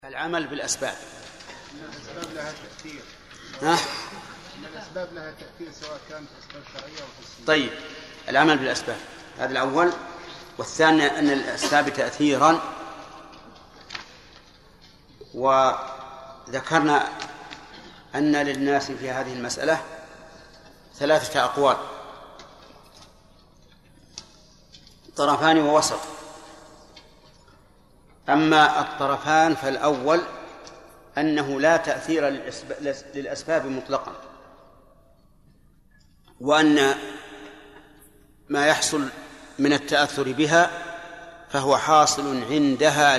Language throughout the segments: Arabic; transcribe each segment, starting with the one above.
العمل بالأسباب. الأسباب لها تأثير. الأسباب لها تأثير سواء كانت أسباب شرعية أو حسية. طيب، العمل بالأسباب هذا الأول. والثاني أن الأسباب تأثيرا، وذكرنا أن للناس في هذه المسألة 3 أقوال: طرفان ووسط. أما الطرفان فالأول أنه لا تأثير للأسباب مطلقا، وأن ما يحصل من التأثر بها فهو حاصل عندها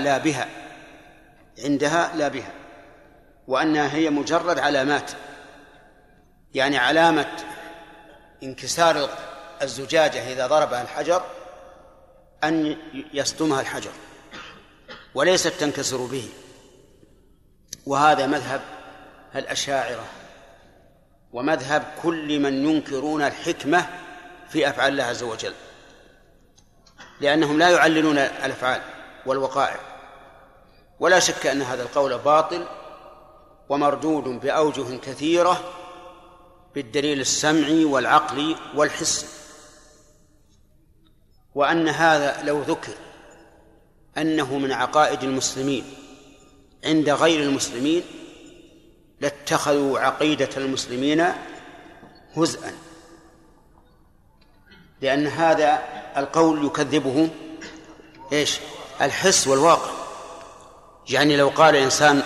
لا بها، وأنها هي مجرد علامات. يعني علامة انكسار الزجاجة إذا ضربها الحجر أن يصدمها الحجر، وليست تنكسر به. وهذا مذهب الأشاعرة ومذهب كل من ينكرون الحكمة في أفعال الله عز وجل، لأنهم لا يعللون الأفعال والوقائع. ولا شك أن هذا القول باطل ومردود بأوجه كثيرة بالدليل السمعي والعقلي والحسي، وأن هذا لو ذكر أنه من عقائد المسلمين عند غير المسلمين لاتخذوا عقيدة المسلمين هزءا، لأن هذا القول يكذبه الحس والواقع. يعني لو قال إنسان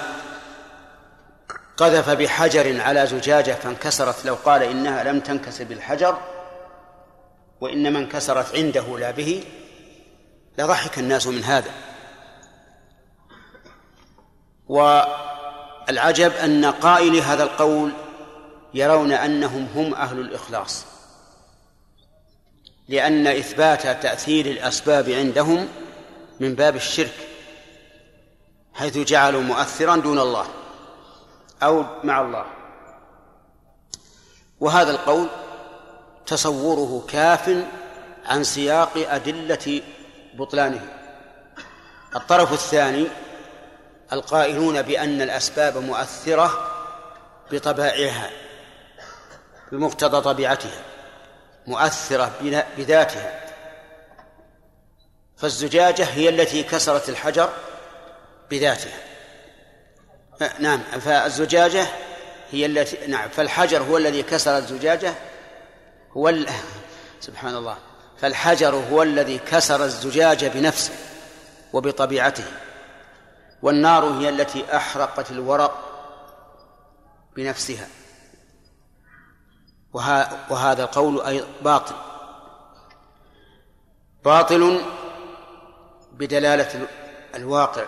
قذف بحجر على زجاجة فانكسرت، لو قال إنها لم تنكسر بالحجر وإنما انكسرت عنده لا به، لضحك الناس من هذا. والعجب أن قائلي هذا القول يرون أنهم هم أهل الإخلاص، لأن إثبات تأثير الأسباب عندهم من باب الشرك، حيث جعلوا مؤثرا دون الله أو مع الله. وهذا القول تصوره كاف عن سياق أدلة بطلانه. الطرف الثاني القائلون بأن الأسباب مؤثرة بطبائعها، بمقتضى طبيعتها، مؤثرة بذاتها. فالزجاجة هي التي كسرت الحجر بذاتها، نعم، فالزجاجة هي التي، نعم، فالحجر هو الذي كسر الزجاجة، سبحان الله، فالحجر هو الذي كسر الزجاجة بنفسه وبطبيعته، والنار هي التي أحرقت الورق بنفسها. وهذا القول أيضا باطل بدلالة الواقع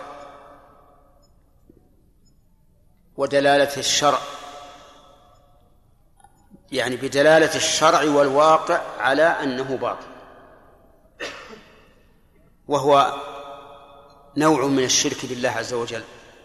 ودلالة الشرع، يعني بدلالة الشرع والواقع على أنه باطل، وهو نوع من الشرك بالله عز وجل.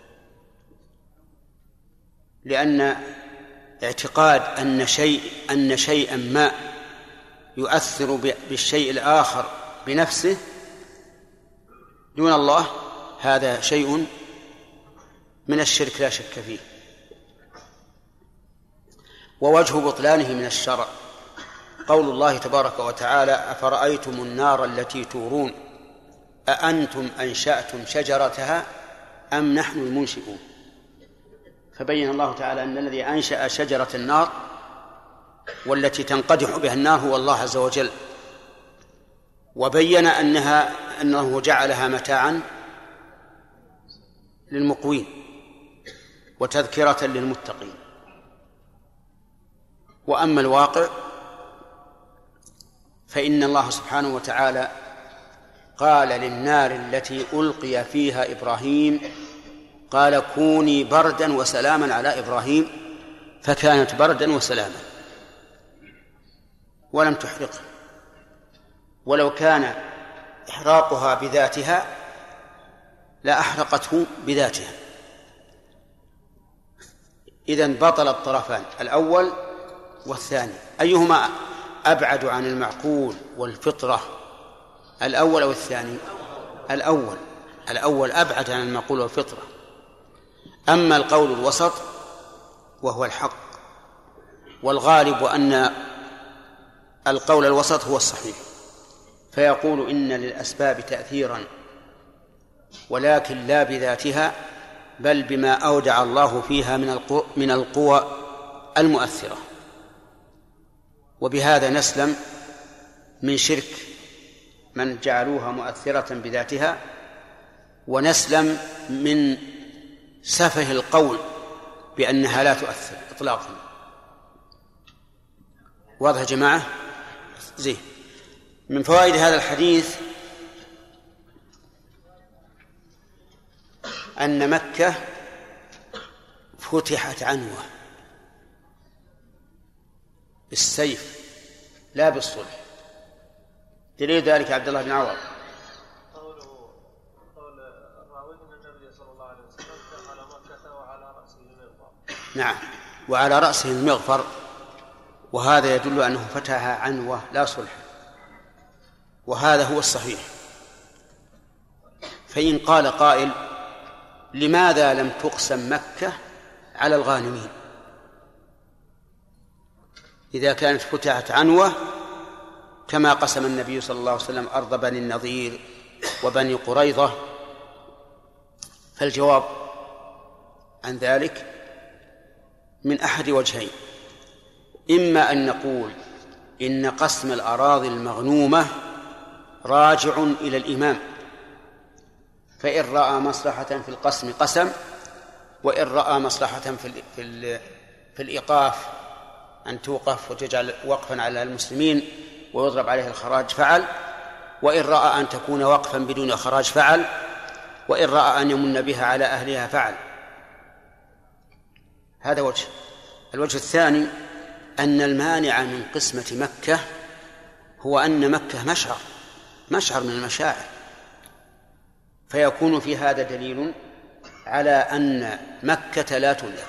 لأن اعتقاد أن شيئا ما يؤثر بالشيء الآخر بنفسه دون الله، هذا شيء من الشرك لا شك فيه. ووجه بطلانه من الشرع قول الله تبارك وتعالى: أفرأيتم النار التي تورون أأنتم أنشأتم شجرتها أم نحن المنشئون. فبين الله تعالى أن الذي أنشأ شجرة النار والتي تنقدح بها النار هو الله عز وجل، وبين أنه جعلها متاعا للمقوين وتذكرة للمتقين. وأما الواقع فإن الله سبحانه وتعالى قال للنار التي ألقي فيها إبراهيم، قال: كوني بردا وسلاما على إبراهيم، فكانت بردا وسلاما ولم تحرقه. ولو كان إحراقها بذاتها لأحرقته بذاتها. إذن بطل الطرفان الأول والثاني. أيهما أبعد عن المعقول والفطرة، الأول أو الثاني؟ الأول أبعد عن المعقول والفطرة، أما القول الوسط وهو الحق، والغالب أن القول الوسط هو الصحيح، فيقول إن للأسباب تأثيرا ولكن لا بذاتها، بل بما أودع الله فيها من القوى المؤثرة. وبهذا نسلم من شرك من جعلوها مؤثرة بذاتها، ونسلم من سفه القول بأنها لا تؤثر إطلاقا. واضح يا جماعة؟ زين. من فوائد هذا الحديث أن مكة فتحت عنوة بالسيف لا بالصلح. دليل ذلك عبد الله بن عوض قول الراوي أن النبي صلى الله عليه وسلم دخل مكة وعلى رأسه المغفر. نعم، وعلى رأسه المغفر، وهذا يدل أنه فتحها عنوة لا صلح، وهذا هو الصحيح. فإن قال قائل لماذا لم تقسم مكة على الغانمين إذا كانت فتحت عنوة كما قسم النبي صلى الله عليه وسلم أرض بني النضير وبني قريظة؟ فالجواب عن ذلك من أحد وجهين: إما أن نقول إن قسم الأراضي المغنومة راجع إلى الإمام، فإن رأى مصلحة في القسم قسم، وإن رأى مصلحة في الإيقاف أن توقف وتجعل وقفا على المسلمين ويضرب عليه الخراج فعل، وإن رأى أن تكون وقفا بدون خراج فعل، وإن رأى أن يمن بها على أهلها فعل. هذا وجه. الوجه الثاني أن المانع من قسمة مكة هو أن مكة مشعر من المشاعر، فيكون في هذا دليل على أن مكة لا تملك،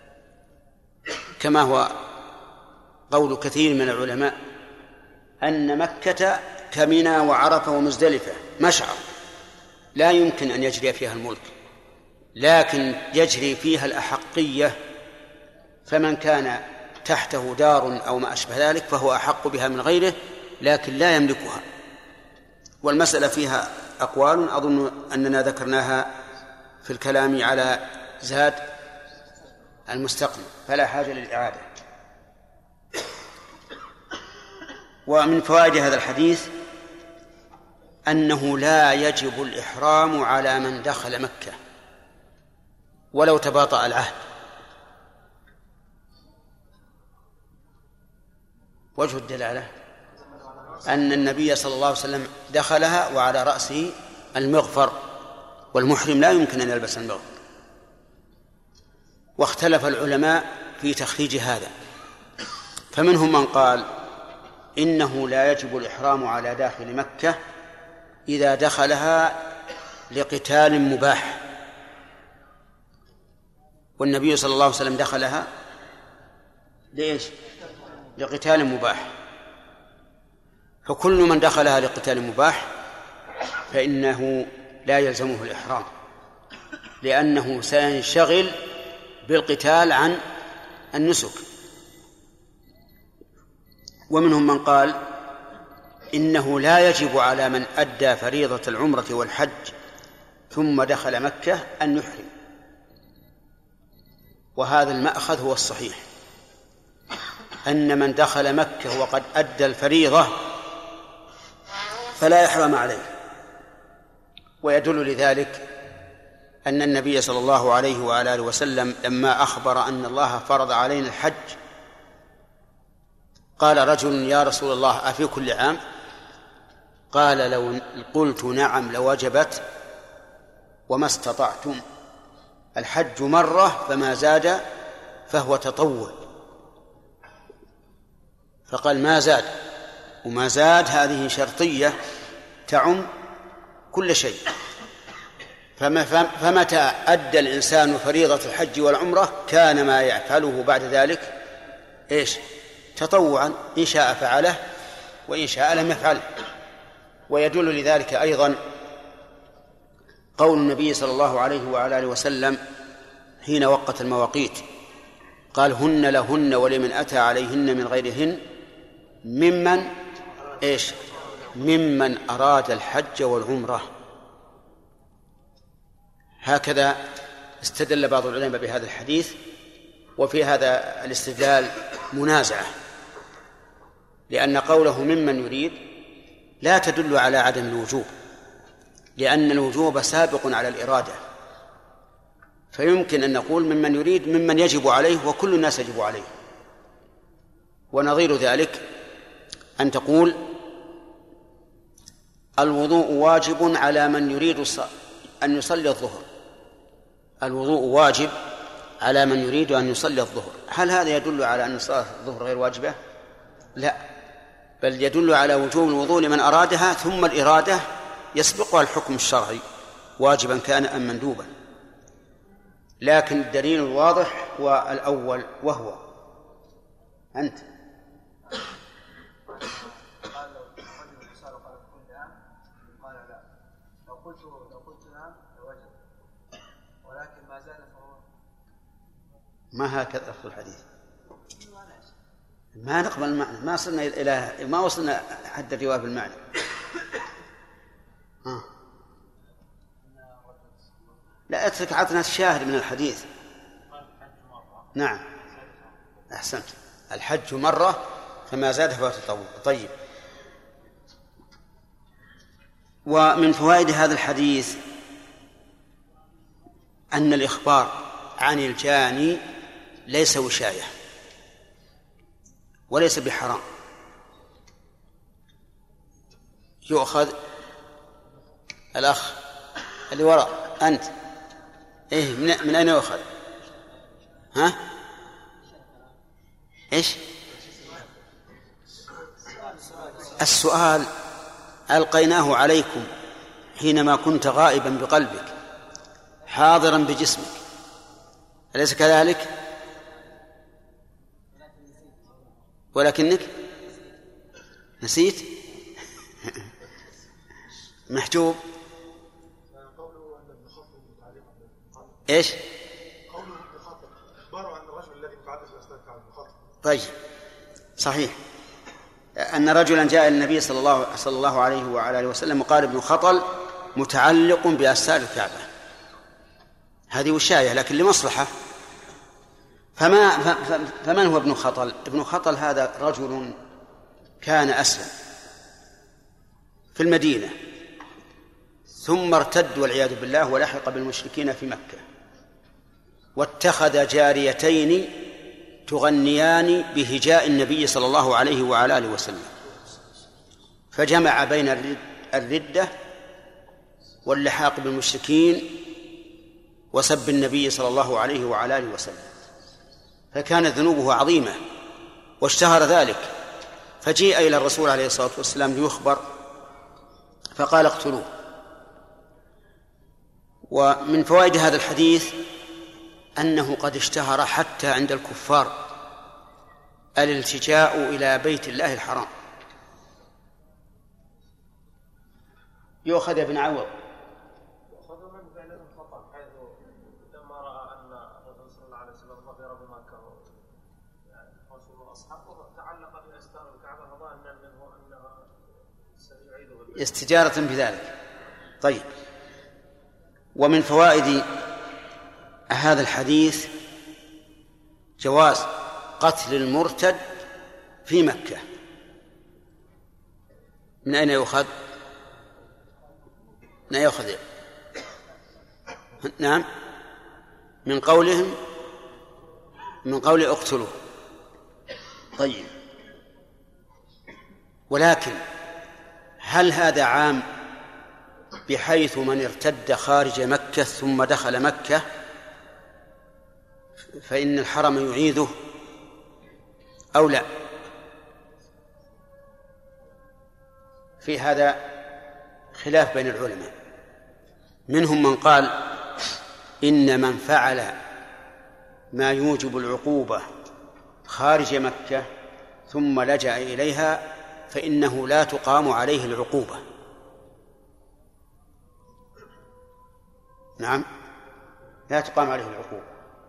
كما هو قول كثير من العلماء أن مكة كمنى وعرفة ومزدلفة مشعر لا يمكن أن يجري فيها الملك، لكن يجري فيها الأحقية، فمن كان تحته دار أو ما أشبه ذلك فهو أحق بها من غيره، لكن لا يملكها. والمسألة فيها أقوال أظن أننا ذكرناها في الكلام على زاد المستقنع، فلا حاجة للإعادة. ومن فوائد هذا الحديث أنه لا يجب الإحرام على من دخل مكة ولو تباطأ العهد. وجه الدلالة أن النبي صلى الله عليه وسلم دخلها وعلى رأسه المغفر، والمحرم لا يمكن أن يلبس المغفر. واختلف العلماء في تخريج هذا، فمنهم من قال إنه لا يجب الإحرام على داخل مكة إذا دخلها لقتال مباح، والنبي صلى الله عليه وسلم دخلها لإيش؟ لقتال مباح، فكل من دخلها لقتال مباح فإنه لا يلزمه الإحرام، لأنه سينشغل بالقتال عن النسك. ومنهم من قال إنه لا يجب على من أدى فريضة العمرة والحج ثم دخل مكة أن يحرم، وهذا المأخذ هو الصحيح، أن من دخل مكة وقد أدى الفريضة فلا يحرم عليه. ويدل لذلك أن النبي صلى الله عليه وعلى آله وسلم لما أخبر أن الله فرض علينا الحج قال رجل: يا رسول الله أفي كل عام؟ قال: لو قلت نعم لوجبت وما استطعتم. الحج مرة فما زاد فهو تطوع. فقال ما زاد، وما زاد هذه شرطية تعم كل شيء. فمتى أدى الإنسان فريضة الحج والعمرة كان ما يفعله بعد ذلك إيش؟ تطوعا، إن شاء فعله وإن شاء لم يفعله. ويدل لذلك أيضا قول النبي صلى الله عليه وعلى آله وسلم حين وقت المواقيت قال هن لهن ولمن أتى عليهن من غيرهن ممن أراد الحج والعمرة. هكذا استدل بعض العلماء بهذا الحديث. وفي هذا الاستدلال منازعة، لأن قوله ممن يريد لا تدل على عدم الوجوب، لأن الوجوب سابق على الإرادة، فيمكن أن نقول ممن يريد ممن يجب عليه وكل الناس يجب عليه. ونظير ذلك أن تقول الوضوء واجب على من يريد أن يصلي الظهر، الوضوء واجب على من يريد أن يصلي الظهر. هل هذا يدل على أن صلاة الظهر غير واجبة؟ لا، بل يدل على وجوب الوضوء لمن أرادها، ثم الإرادة يسبقها الحكم الشرعي واجبا كان أم مندوبا. لكن الدليل الواضح هو الأول، وهو أنت قال لو رجل يسأل قال كل عام قال لا، لو قلت نعم لوجب، ولكن ما زال فهو ما هكذا لفظ الحديث، ما نقبل المعنى، ما صلنا إلى ما وصلنا حد الرواية بالمعنى. لا اترك، عطنا الشاهد من الحديث. نعم أحسنت، الحج مرة فما زاد فهو تطوع. طيب، ومن فوائد هذا الحديث أن الإخبار عن الجاني ليس وشاية وليس بحرام. يؤخذ الأخ اللي وراء أنت إيه من أين يؤخذ؟ ها؟ إيش؟ السؤال ألقيناه عليكم حينما كنت غائبا بقلبك حاضرا بجسمك، أليس كذلك؟ ولكنك نسيت. محجوب. ايش؟ طيب صحيح أن رجلا جاء إلى النبي صلى الله عليه وعلى آله وسلم وقال ابن خطل متعلق بأستار الكعبة، هذه وشاية لكن لمصلحة. فمن هو ابن خطل؟ ابن خطل هذا رجل كان أسلم في المدينة ثم ارتد والعياذ بالله ولحق بالمشركين في مكة، واتخذ جاريتين تغنيان بهجاء النبي صلى الله عليه وعلى آله وسلم، فجمع بين الردة واللحاق بالمشركين وسب النبي صلى الله عليه وعلى آله وسلم، فكانت ذنوبه عظيمة واشتهر ذلك. فجيء إلى الرسول عليه الصلاة والسلام ليخبر فقال اقتلوه. ومن فوائد هذا الحديث أنه قد اشتهر حتى عند الكفار الالتجاء إلى بيت الله الحرام. يؤخذ ابن عوض. يؤخذ من فعل الخطأ، حيث لما رأى أن الرسول صلى الله عليه وسلم ظهر بمكة رسول وأصحابه تعلق بأستار الكعبة فظن منه أنها سيعيده استجارة بذلك. طيب، ومن فوائد هذا الحديث جواز قتل المرتد في مكة. من أين يؤخذ؟ من أين يؤخذ؟ نعم، من قولهم، من قول اقتلوا. طيب، ولكن هل هذا عام بحيث من ارتد خارج مكة ثم دخل مكة فإن الحرم يعيده أو لا؟ في هذا خلاف بين العلماء. منهم من قال إن من فعل ما يوجب العقوبة خارج مكة ثم لجأ إليها فإنه لا تقام عليه العقوبة. نعم، لا تقام عليه العقوبة.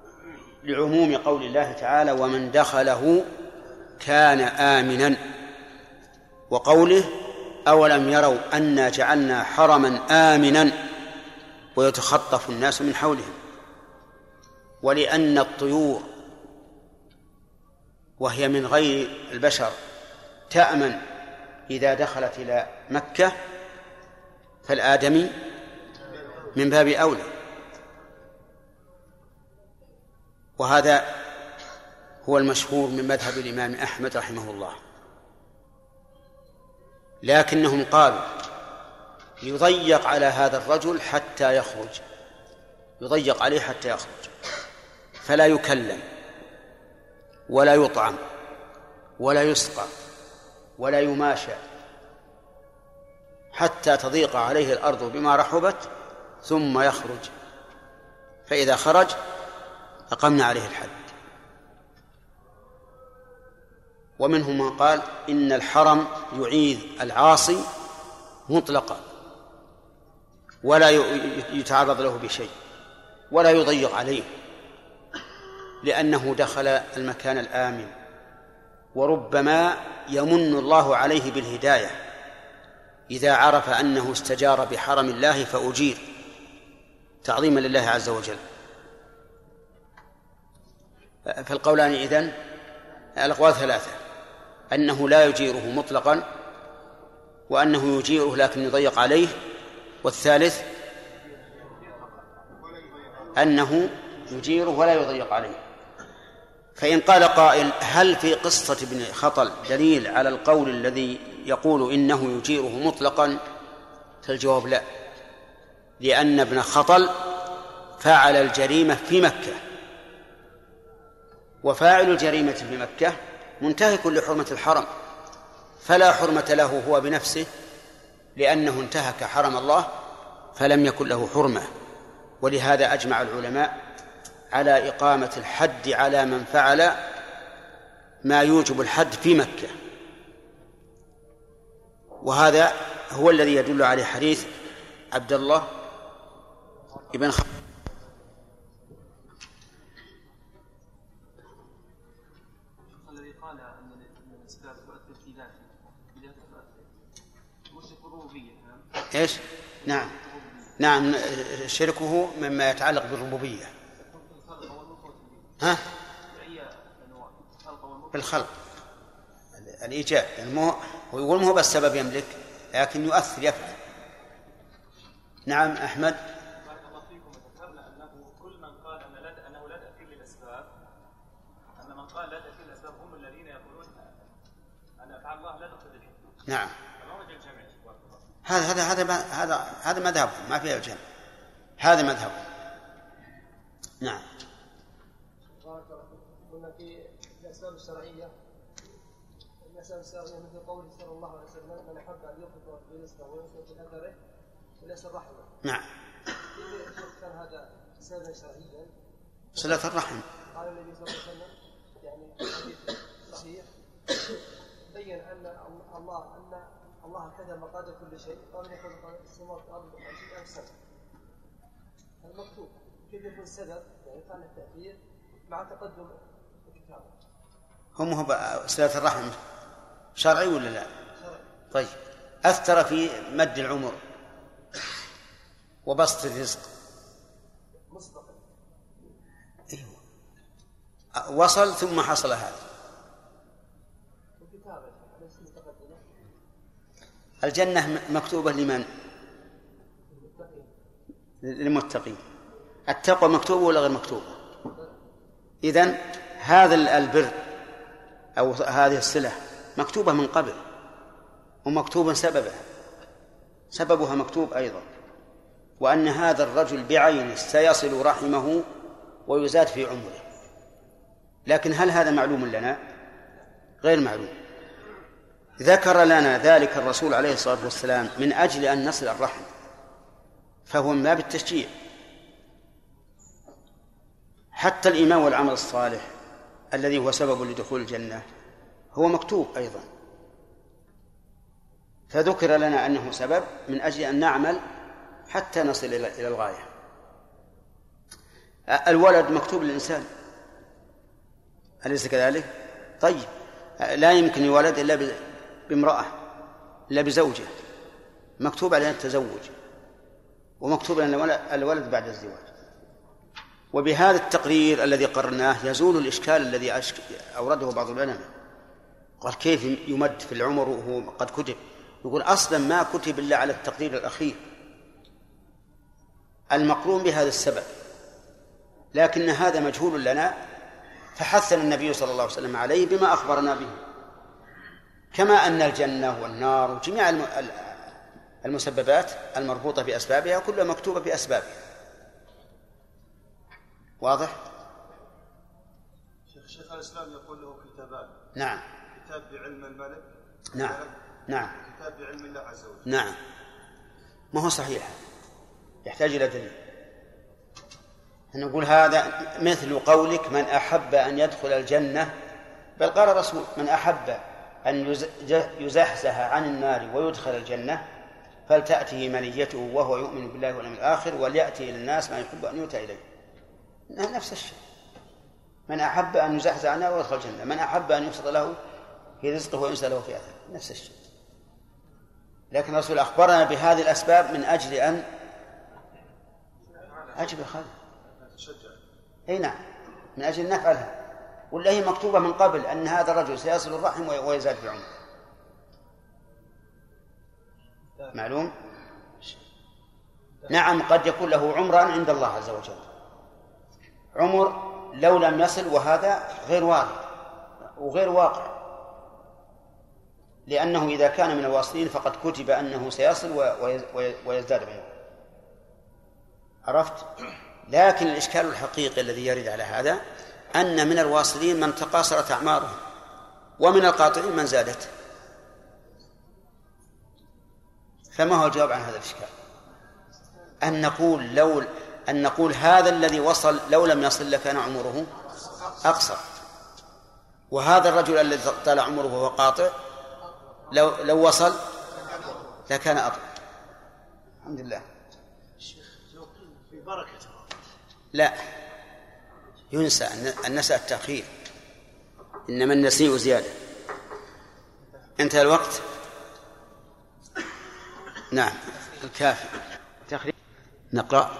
لعموم قول الله تعالى ومن دخله كان آمنا، وقوله أولم يروا أنا جعلنا حرما آمنا ويتخطف الناس من حولهم. ولأن الطيور وهي من غير البشر تأمن إذا دخلت إلى مكة، فالآدمي من باب أولى. وهذا هو المشهور من مذهب الإمام أحمد رحمه الله. لكنهم قالوا يضيق على هذا الرجل حتى يخرج، يضيق عليه حتى يخرج، فلا يكلم ولا يطعم ولا يسقى ولا يماشى حتى تضيق عليه الأرض بما رحبت ثم يخرج، فإذا خرج أقمنا عليه الحد. ومنهم من قال إن الحرم يعيذ العاصي مطلقا ولا يتعرض له بشيء ولا يضيق عليه، لأنه دخل المكان الآمن. وربما يمن الله عليه بالهداية إذا عرف أنه استجار بحرم الله فأجير تعظيما لله عز وجل. فالقولان إذن الأقوال ثلاثة: أنه لا يجيره مطلقا، وأنه يجيره لكن يضيق عليه، والثالث أنه يجيره ولا يضيق عليه. فإن قال قائل هل في قصة ابن خطل دليل على القول الذي يقول إنه يجيره مطلقا؟ فالجواب لا، لأن ابن خطل فعل الجريمة في مكة، وفاعل الجريمة في مكة منتهك لحرمة الحرم، فلا حرمة له هو بنفسه لأنه انتهك حرم الله فلم يكن له حرمة. ولهذا أجمع العلماء على إقامة الحد على من فعل ما يوجب الحد في مكة. وهذا هو الذي يدل عليه حديث عبد الله ابن الذي قال أن الأسباب تؤثر في ذاته مشرك الربوبية. إيش؟ نعم شركه مما يتعلق بالربوبية. ها؟ بالخلق الإيجاد، ويقول ما هو بس سبب يملك لكن يؤثر يفعل. نعم أحمد. بارك الله فيكم. ذكرنا أنه كل من قال أنه لا تأثير للأسباب، أن من قال لا تأثير للأسباب هم الذين يقولون أن أفعال الله لا تقتضي الحكمة. نعم. فما وجه الجمع؟ هذا مذهبهم، ما فيها الجمع، هذا مذهبهم. نعم. قلنا في الأسباب الشرعية مثل قوله صلى الله عليه وسلم من أحب أن يقف برزقه ويمسك بأثره وليس الرحمة. نعم. كان هذا سببا شرعيا صلة الرحم. قال النبي صلى الله عليه وسلم يعني حديث صحيح بين أن الله كتب مقادير كل شيء قبل أن يخلق السماوات والأرض ب50,000 سنة. المكتوب كيف يكون السبب يعني كان التأثير مع تقدم الكتاب؟ هم صلة الرحم شرعي ولا لا؟ شرعي. طيب أثر في مد العمر وبسط الرزق مسبقا. أيوه. وصل ثم حصل هذا. الجنة مكتوبة لمن؟ للمتقين. التقوى مكتوبة ولا غير مكتوبة؟ إذن هذا البر أو هذه الصلة مكتوبة من قبل ومكتوب سببها مكتوب أيضا، وأن هذا الرجل بعينه سيصل رحمه ويزاد في عمره. لكن هل هذا معلوم لنا؟ غير معلوم. ذكر لنا ذلك الرسول عليه الصلاة والسلام من أجل أن نصل الرحم، فهو من باب التشجيع. حتى الإيمان والعمل الصالح الذي هو سبب لدخول الجنة هو مكتوب أيضا، فذكر لنا أنه سبب من أجل أن نعمل حتى نصل إلى الغاية. الولد مكتوب للإنسان أليس كذلك؟ طيب لا يمكن يولد إلا بامرأة، إلا بزوجة مكتوب عليها التزوج ومكتوب عليها الولد بعد الزواج. وبهذا التقرير الذي قررناه يزول الإشكال الذي أورده بعض العلماء، قال كيف يمد في العمر وهو قد كتب؟ يقول أصلا ما كتب إلا على التقرير الأخير المقرون بهذا السبب، لكن هذا مجهول لنا، فحثنا النبي صلى الله عليه وسلم عليه بما أخبرنا به، كما أن الجنة والنار وجميع المسببات المربوطة بأسبابها كلها مكتوبة بأسبابها. واضح؟ شيخ الإسلام يقول له كتابان. نعم. كتاب بعلم الملك. نعم. نعم. كتاب بعلم الله عز وجل. نعم. ما هو صحيح، يحتاج إلى دليل. نقول هذا مثل قولك من أحب أن يدخل الجنة، بل قال الرسول من أحب أن يزحزح عن النار ويدخل الجنة فلتأته منيته وهو يؤمن بالله واليوم الآخر وليأتي إلى الناس ما يحب أن يؤتى إليه. نفس الشيء، من أحب أن يزحزح عن النار ويدخل الجنة، من أحب أن يبسط له في رزقه وينسى له في أثره، نفس الشيء. لكن الرسول أخبرنا بهذه الأسباب من أجل أن أجب الخير. أي نعم، من أجل أن نفعلها، ولا هي مكتوبة من قبل أن هذا الرجل سيصل الرحم ويزاد في عمره. معلوم؟ نعم، قد يكون له عمرا عند الله عز وجل، عمر لو لم يصل، وهذا غير وارد وغير واقع، لأنه إذا كان من الواصلين فقد كتب أنه سيصل ويزداد بعمره. عرفت؟ لكن الإشكال الحقيقي الذي يرد على هذا أن من الواصلين من تقاصرت أعمارهم، ومن القاطعين من زادت. فما هو الجواب عن هذا الإشكال؟ أن نقول هذا الذي وصل لو لم يصل لكان عمره أقصر، وهذا الرجل الذي طال عمره وهو قاطع لو وصل لكان أطول. الحمد لله. في بركة لا ينسى أن نسى التأخير، إنما النسيء زيادة. انتهى الوقت. نعم الكافي تخريج. نقرأ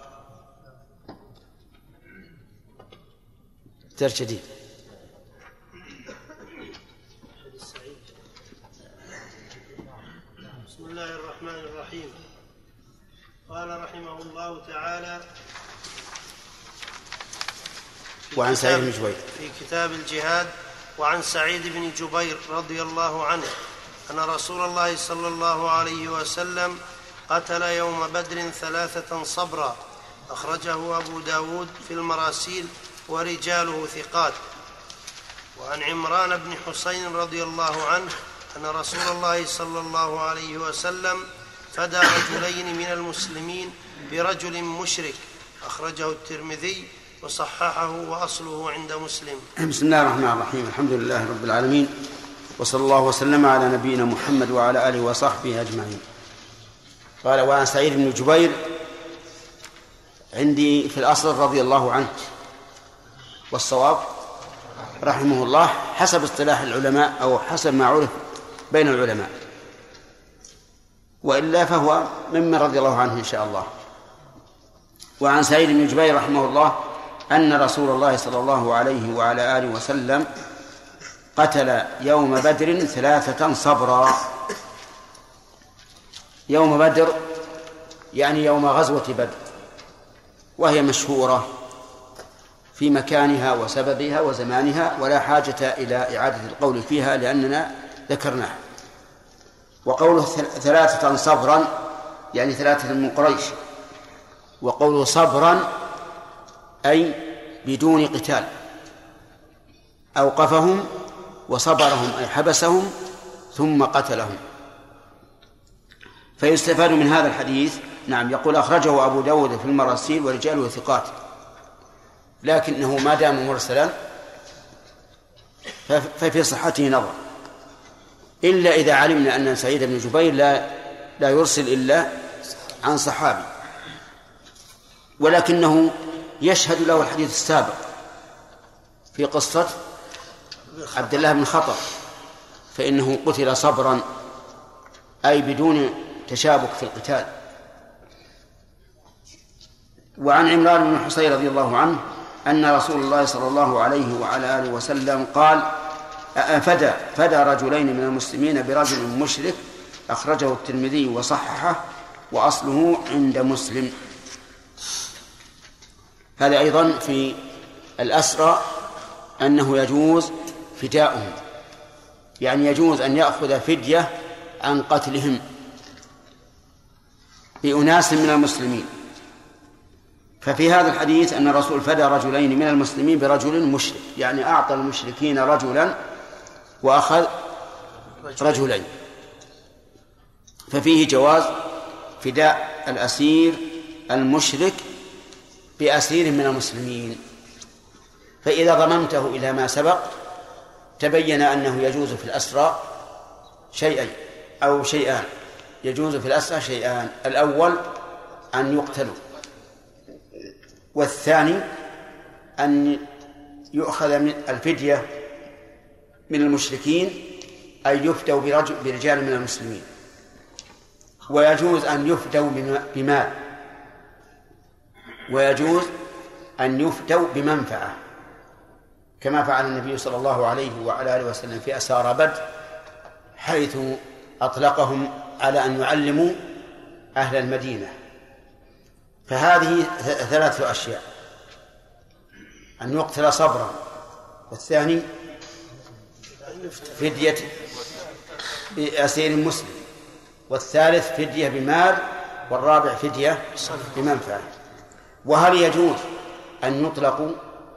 درس جديد. بسم الله الرحمن الرحيم. قال رحمه الله تعالى وعن سعيد بن جبير في كتاب الجهاد: وعن سعيد بن جبير رضي الله عنه أن رسول الله صلى الله عليه وسلم قتل يوم بدر 3 صبرا، أخرجه أبو داود في المراسيل ورجاله ثقات. وعن عمران بن حسين رضي الله عنه أن رسول الله صلى الله عليه وسلم فدى رجلين من المسلمين برجل مشرك، أخرجه الترمذي وصححه وأصله عند مسلم. بسم الله الرحمن الرحيم. الحمد لله رب العالمين، وصلى الله وسلم على نبينا محمد وعلى آله وصحبه أجمعين. قال: وعن سعيد بن جبير، عندي في الأصل رضي الله عنه، والصواب رحمه الله حسب اصطلاح العلماء أو حسب ما عرف بين العلماء، وإلا فهو ممن رضي الله عنه إن شاء الله. وعن سعيد بن جبير رحمه الله أن رسول الله صلى الله عليه وعلى آله وسلم قتل يوم بدر 3 صبرا. يوم بدر يعني يوم غزوة بدر، وهي مشهورة في مكانها وسببها وزمانها، ولا حاجة إلى إعادة القول فيها لأننا ذكرناها. وقوله 3 صبرا يعني 3 من قريش، وقوله صبرا أي بدون قتال، أوقفهم وصبرهم أي حبسهم ثم قتلهم. فيستفاد من هذا الحديث، نعم، يقول أخرجه أبو داود في المراسيل ورجاله ثقات، لكنه ما دام مرسلا ففي صحته نظر، إلا إذا علمنا أن سعيد بن جبير لا يرسل إلا عن صحابي، ولكنه يشهد له الحديث السابق في قصة عبد الله بن خطر فإنه قتل صبرا أي بدون تشابك في القتال. وعن عمران بن حصين رضي الله عنه أن رسول الله صلى الله عليه وعلى آله وسلم قال فدى رجلين من المسلمين برجل مشرك، أخرجه الترمذي وصححه وأصله عند مسلم. هذا أيضا في الأسرى أنه يجوز فداؤهم، يعني يجوز أن يأخذ فدية عن قتلهم بأناس من المسلمين. ففي هذا الحديث أن الرسول فدى رجلين من المسلمين برجل مشرك، يعني أعطى المشركين رجلا وأخذ رجلين، ففيه جواز فداء الأسير المشرك بأسير من المسلمين. فإذا ضممته إلى ما سبق تبين أنه يجوز في الأسرى شيئين أو شيئان. يجوز في الأسرى شيئان: الأول أن يقتلوا، والثاني أن يؤخذ من الفدية من المشركين أن يفدوا برجال من المسلمين. ويجوز أن يفدوا بمال، ويجوز أن يفدوا بمنفعة، كما فعل النبي صلى الله عليه وعلى آله وسلم في أسارى بدر، حيث أطلقهم على أن يعلموا أهل المدينة. فهذه ثلاثة أشياء: أن يقتل صبرا، والثاني فدية بأسير مسلم، والثالث فدية بمال، والرابع فدية بمنفعة. وهل يجوز أن يطلقوا؟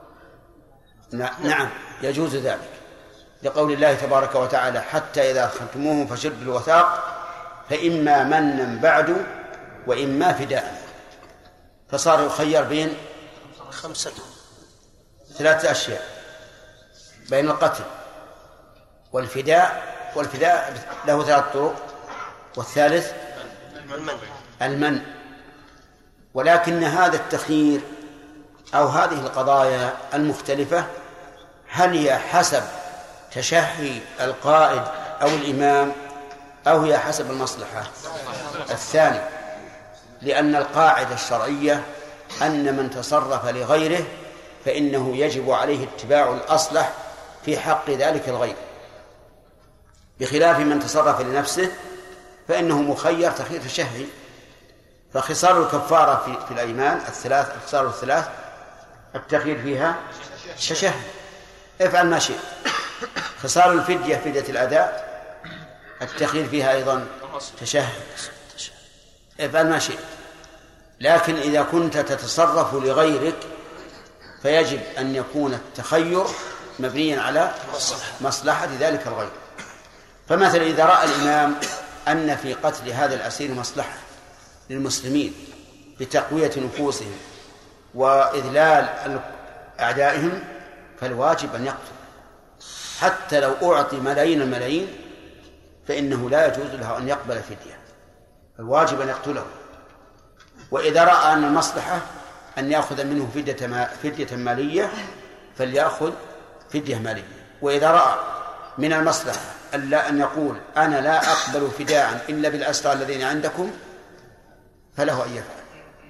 نعم يجوز ذلك، لقول الله تبارك وتعالى: حتى إذا أدخلتموهم فشدوا الوثاق فإما منا بعد وإما فداء. فصار يخير بين ثلاثة أشياء: بين القتل والفداء له ثلاث طرق، والثالث المنع. ولكن هذا التخيير أو هذه القضايا المختلفة هل هي حسب تشهي القائد أو الإمام أو هي حسب المصلحة؟ الثاني، لأن القاعدة الشرعية أن من تصرف لغيره فإنه يجب عليه اتباع الأصلح في حق ذلك الغير، بخلاف من تصرف لنفسه فإنه مخير تخيير تشهي. فخصال الكفارة في الأيمان الخصال الثلاث التخيير فيها تشهي، افعل ما شئت. خصال الفدية فدية الأداء التخيير فيها أيضا تشهي، افعل ما شئت. لكن إذا كنت تتصرف لغيرك فيجب أن يكون التخير مبنيا على مصلحة ذلك الغير. فمثلا إذا رأى الإمام أن في قتل هذا الأسير مصلحة للمسلمين بتقوية نفوسهم وإذلال أعدائهم، فالواجب أن يقتل، حتى لو أعطي ملايين الملايين فإنه لا يجوز له أن يقبل فدية، الواجب أن يقتله. وإذا رأى أن المصلحة أن يأخذ منه فدية مالية فليأخذ فدية مالية. وإذا رأى من المصلحة أن يقول أنا لا أقبل فداء إلا بالأسرى الذين عندكم فله أن يفعل.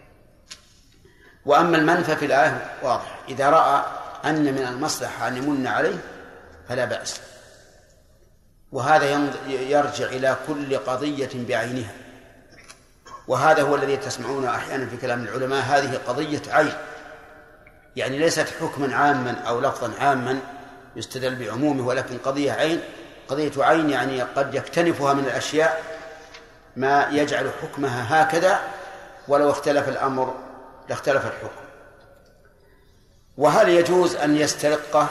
وأما المنفى في الآية واضح: إذا رأى أن من المصلحة أن يمن عليه فلا بأس. وهذا يرجع إلى كل قضية بعينها، وهذا هو الذي تسمعون أحيانا في كلام العلماء: هذه قضية عين، يعني ليست حكما عاما أو لفظا عاما يستدل بعمومه، ولكن قضية عين. قضية عين يعني قد يكتنفها من الأشياء ما يجعل حكمها هكذا، ولو اختلف الأمر لاختلف الحكم. وهل يجوز أن يسترقه؟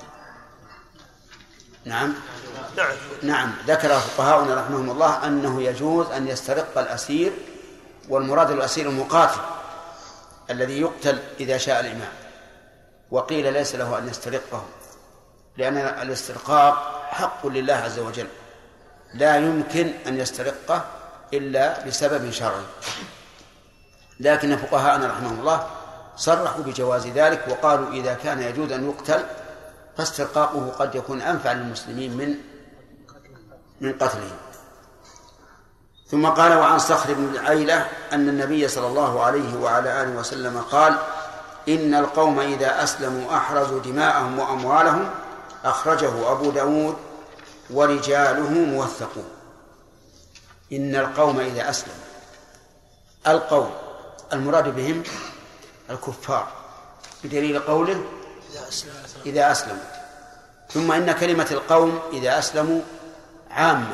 نعم ذكر فقهاؤنا رحمهم الله أنه يجوز أن يسترق الأسير، والمراد الأسير المقاتل الذي يقتل إذا شاء الإمام. وقيل ليس له أن يسترقه، لأن الاسترقاق حق لله عز وجل، لا يمكن أن يسترقه إلا بسبب شرعي. لكن فقهاءنا رحمهم الله صرحوا بجواز ذلك، وقالوا إذا كان يجوز أن يقتل فاسترقاقه قد يكون أنفع للمسلمين من قتلهم. ثم قال: وعن صخر بن العيلة أن النبي صلى الله عليه وعلى آله وسلم قال: إن القوم إذا أسلموا أحرزوا دماءهم وأموالهم. أخرجه أبو داود ورجاله موثقون. إن القوم إذا أسلموا، القوم المراد بهم الكفار بدليل قوله إذا أسلموا. ثم إن كلمة القوم إذا أسلموا عامة،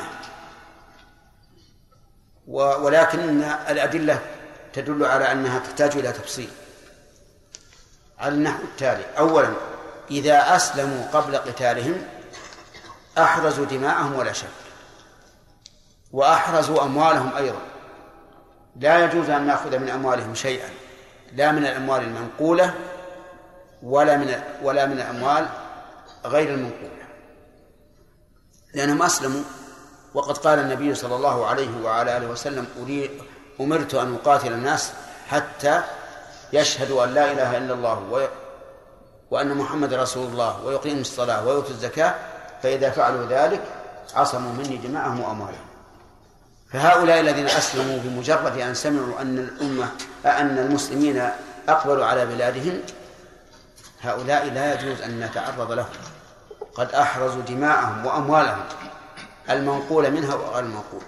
ولكن الأدلة تدل على أنها تحتاج إلى تفصيل على النحو التالي: أولا، إذا أسلموا قبل قتالهم أحرزوا دماءهم ولا شك، وأحرزوا أموالهم أيضا. لا يجوز أن نأخذ من أموالهم شيئا، لا من الأموال المنقولة ولا من الأموال غير المنقولة، لأنهم أسلموا. وقد قال النبي صلى الله عليه وعلى آله وسلم: أمرت أن أقاتل الناس حتى يشهدوا أن لا إله إلا الله وأن محمد رسول الله ويقيموا الصلاة ويؤتوا الزكاة، فإذا فعلوا ذلك عصموا مني دماءهم وأموالهم. فهؤلاء الذين أسلموا بمجرد أن سمعوا أن المسلمين أقبلوا على بلادهم، هؤلاء لا يجوز أن نتعرض لهم، قد أحرزوا دماءهم وأموالهم المنقول منها وغير المنقول.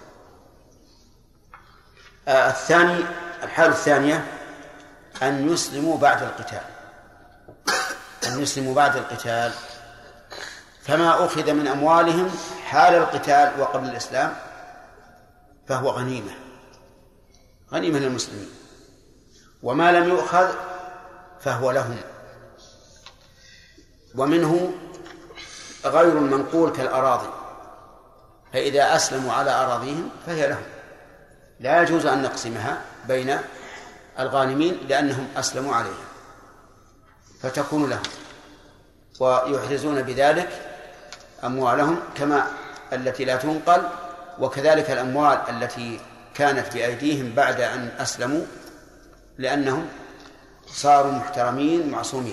الحالة الثانية أن يسلموا بعد القتال، فما أخذ من أموالهم حال القتال وقبل الإسلام فهو غنيمة للمسلمين، وما لم يؤخذ فهو لهم. ومنه غير المنقول كالأراضي، فإذا أسلموا على أراضيهم فهي لهم، لا يجوز أن نقسمها بين الغانمين لأنهم أسلموا عليها، فتكون لهم، ويحرزون بذلك أموالهم كما التي لا تنقل، وكذلك الأموال التي كانت بأيديهم بعد أن أسلموا، لأنهم صاروا محترمين معصومين.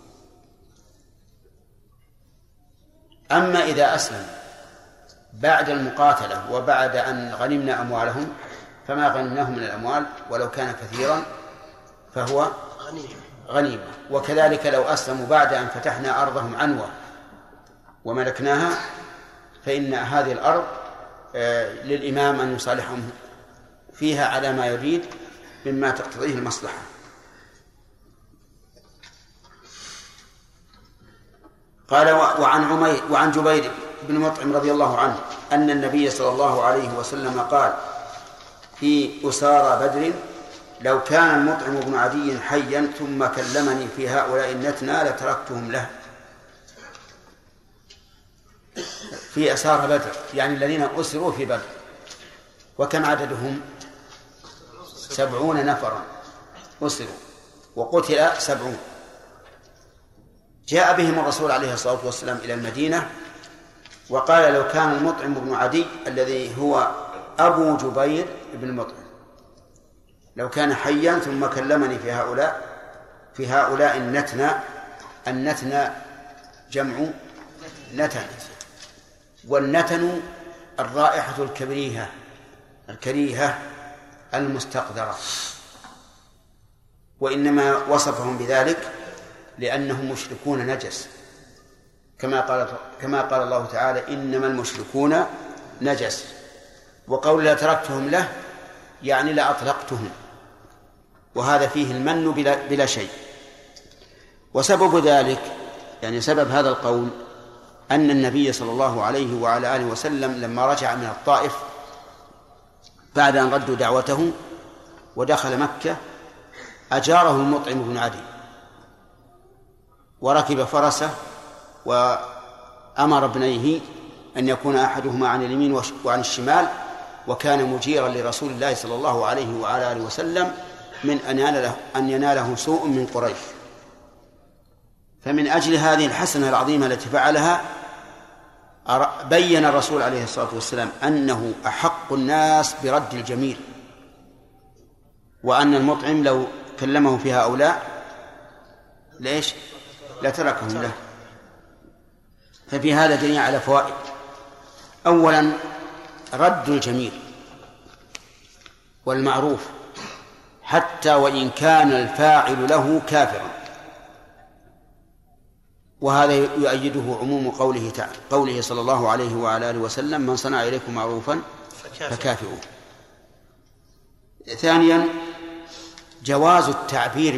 أما إذا أسلم بعد المقاتلة وبعد أن غنمنا أموالهم، فما غنمناه من الأموال ولو كان كثيرا فهو غنيمة. وكذلك لو أسلموا بعد أن فتحنا أرضهم عنوة وملكناها، فإن هذه الأرض للإمام أن يصالحهم فيها على ما يريد مما تقتضيه المصلحة. قال: وعن جبير بن مطعم رضي الله عنه أن النبي صلى الله عليه وسلم قال في أسارى بدر: لو كان المطعم بن عدي حيا ثم كلمني في هؤلاء النتنى لتركتهم له. في أسارى بدر يعني الذين أسروا في بدر، وكم عددهم؟ 70 نفرا أسروا وقتل 70. جاء بهم الرسول عليه الصلاة والسلام إلى المدينة وقال: لو كان المطعم بن عدي الذي هو أبو جبير بن مطعم لو كان حيا ثم كلمني في هؤلاء النتنى جمع نتن، والنتن الرائحة الكريهة المستقذرة، وإنما وصفهم بذلك لأنهم مشركون نجس، كما قال الله تعالى: إنما المشركون نجس. وقول لا تركتهم له يعني لا أطلقتهم، وهذا فيه المن بلا شيء. وسبب ذلك يعني سبب هذا القول أن النبي صلى الله عليه وعلى آله وسلم لما رجع من الطائف بعد أن ردوا دعوته ودخل مكة أجاره المطعم بن عدي وركب فرسه وأمر ابنيه أن يكون أحدهما عن اليمين وعن الشمال، وكان مجيرا لرسول الله صلى الله عليه وعلى آله وسلم من أن يناله سوء من قريش. فمن أجل هذه الحسنة العظيمة التي فعلها بين الرسول عليه الصلاة والسلام أنه أحق الناس برد الجميل، وأن المطعم لو كلمه في هؤلاء ليش لا تركهم له. ففي هذا دليل على فوائد. أولا رد الجميل والمعروف حتى وإن كان الفاعل له كافرا، وهذا يؤيده عموم قوله صلى الله عليه وعلى آله وسلم: من صنع إليكم معروفا فكافئوه. ثانيا جواز التعبير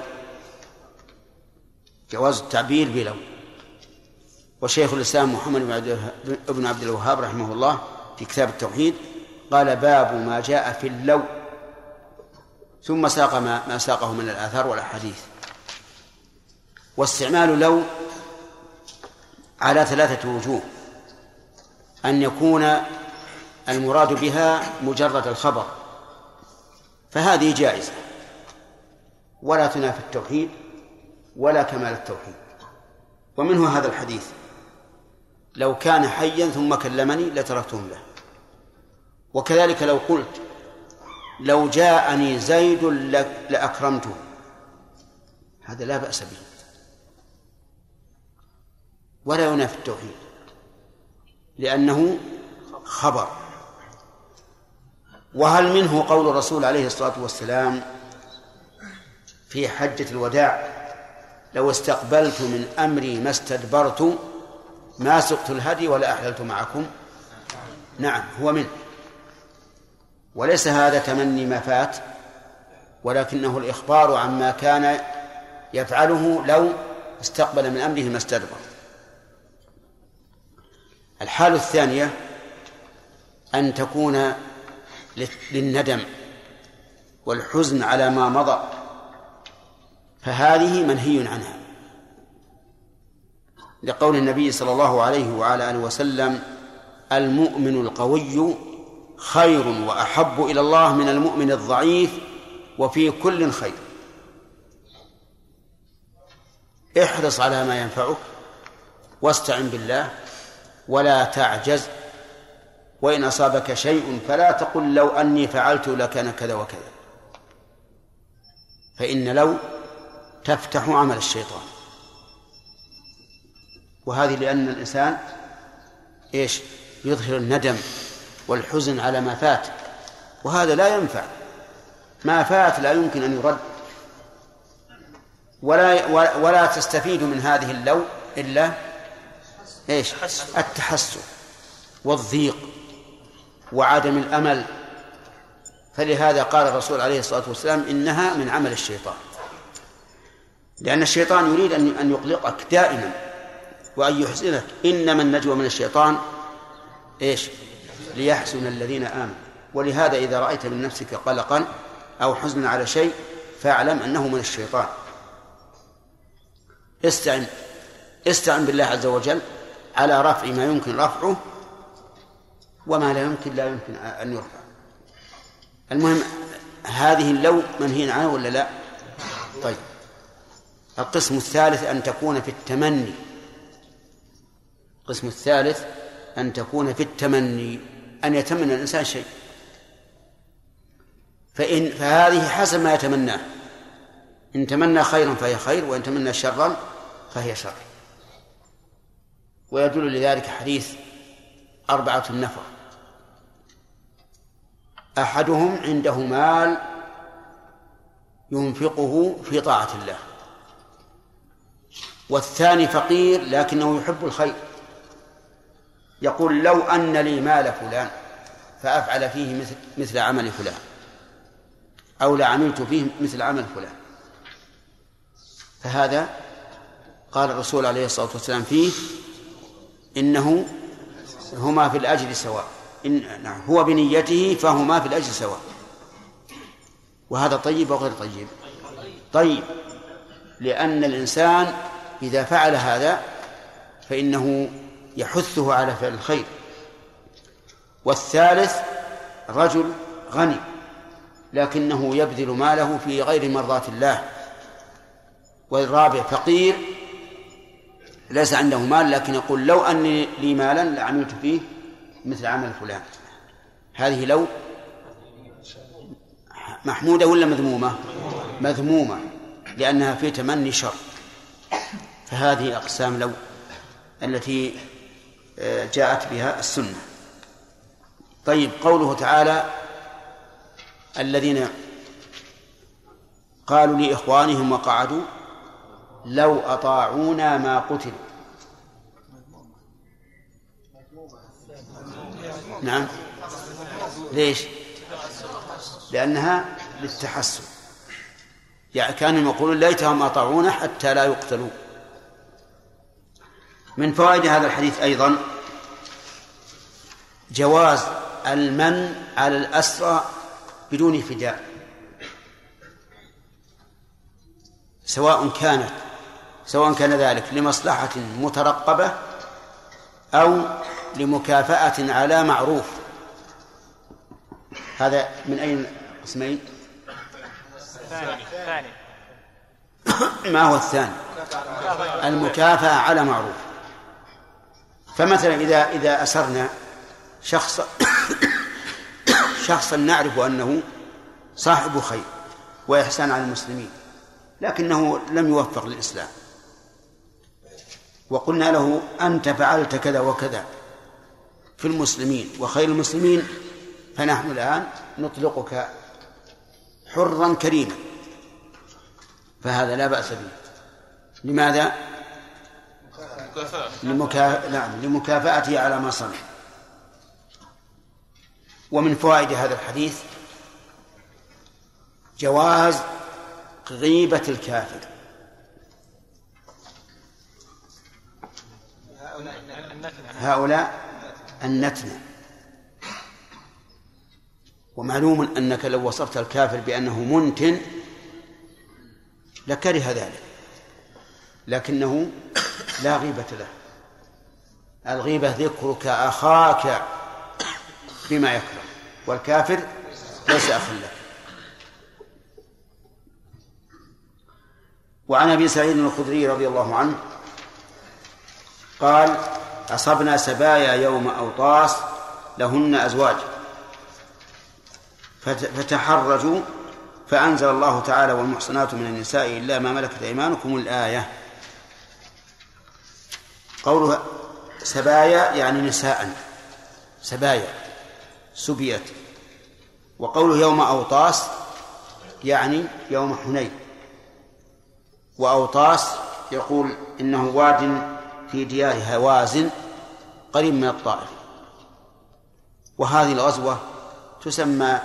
بلو، وشيخ الإسلام محمد بن عبد الوهاب رحمه الله في كتاب التوحيد قال: باب ما جاء في اللو، ثم ساق ما ساقه من الآثار والأحاديث. واستعمال لو على 3 وجوه: أن يكون المراد بها مجرد الخبر، فهذه جائزة ولا تنافي التوحيد ولا كمال التوحيد. ومنه هذا الحديث: لو كان حيا ثم كلمني لتركتهم له. وكذلك لو قلت: لو جاءني زيد لأكرمته، هذا لا بأس به ولا ينافي التوحيد لأنه خبر. وهل منه قول الرسول عليه الصلاة والسلام في حجة الوداع: لو استقبلت من أمري ما استدبرت ما سقت الهدي ولا أحللت معكم؟ نعم، هو منه، وليس هذا تمني ما فات، ولكنه الإخبار عما كان يفعله لو استقبل من أمره ما استدبر. الحالة الثانية أن تكون للندم والحزن على ما مضى، فهذه منهي عنها، لقول النبي صلى الله عليه وعلى آله وسلم: المؤمن القوي خير وأحب إلى الله من المؤمن الضعيف وفي كل خير. احرص على ما ينفعك واستعن بالله ولا تعجز، وإن أصابك شيء فلا تقل لو أني فعلت لكان كذا وكذا، فإن لو تفتح عمل الشيطان. وهذه لأن الإنسان يظهر الندم والحزن على ما فات، وهذا لا ينفع. ما فات لا يمكن أن يرد، ولا تستفيد من هذه اللو إلا التحسن والضيق وعدم الأمل. فلهذا قال الرسول عليه الصلاة والسلام: إنها من عمل الشيطان، لأن الشيطان يريد أن يقلقك دائما وأن يحزنك. إنما النجوى من الشيطان ليحزن الذين آمنوا. ولهذا إذا رأيت من نفسك قلقا أو حزنا على شيء فاعلم أنه من الشيطان. استعن بالله عز وجل على رفع ما يمكن رفعه، وما لا يمكن أن يرفع. المهم هذه اللو منهي عنه ولا لا؟ طيب، القسم الثالث أن تكون في التمني. القسم الثالث أن تكون في التمني، أن يتمنى الإنسان شيء، فهذه حسب ما يتمناه. إن تمنى خيرا فهي خير، وإن تمنى شرا فهي شر. ويدل لذلك حديث 4 نفر: أحدهم عنده مال ينفقه في طاعة الله، والثاني فقير لكنه يحب الخير، يقول: لو أن لي مال فلان فأفعل فيه مثل عمل فلان، أو لعملت فيه مثل عمل فلان. فهذا قال الرسول عليه الصلاة والسلام فيه: إنه هما في الأجر سواء. نعم، هو بنيته فهما في الأجر سواء. وهذا طيب وغير طيب؟ طيب، لأن الإنسان إذا فعل هذا فإنه يحثه على فعل الخير. والثالث رجل غني لكنه يبذل ماله في غير مرضاة الله. والرابع فقير ليس عنده مال لكن يقول: لو أني لي مالا لعملت فيه مثل عمل فلان. هذه لو محمودة ولا مذمومة؟ مذمومة، لأنها في تمني شر. فهذه أقسام لو. التي جاءت بها السنة. طيب، قوله تعالى الذين قالوا لإخوانهم وقعدوا لو أطاعونا ما قتلوا. نعم، ليش؟ لأنها للتحسن، يعني كانوا يقولون ليتهم أطاعونا حتى لا يقتلوا. من فوائد هذا الحديث أيضا جواز المن على الأسرى بدون فداء، سواء كان ذلك لمصلحة مترقبة أو لمكافأة على معروف. هذا من أي قسمين؟ الثاني. ما هو الثاني؟ المكافأة على معروف. فمثلا إذا أسرنا شخصا نعرف أنه صاحب خير وإحسان على المسلمين، لكنه لم يوفق للإسلام، وقلنا له أنت فعلت كذا وكذا في المسلمين وخير المسلمين، فنحن الآن نطلقك حرا كريما، فهذا لا بأس به. لماذا؟ لمكافأته على ما صنع. ومن فوائد هذا الحديث جواز غيبة الكافر. هؤلاء النتنة. ومعلوم أنك لو وصفت الكافر بأنه منتن لكره ذلك، لكنه لا غيبة له. الغيبة ذكرك أخاك بما يكره، والكافر ليس أخا له. وعن أبي سعيد الخدري رضي الله عنه قال أصبنا سبايا يوم أوطاس لهن أزواج فتحرجوا فأنزل الله تعالى والمحصنات من النساء إلا ما ملكت أيمانكم الآية. قوله سبايا يعني نساء، سبايا سبيت. وقوله يوم أوطاس يعني يوم حنين. وأوطاس يقول إنه واد في ديار هوازن قريب من الطائف، وهذه الغزوة تسمى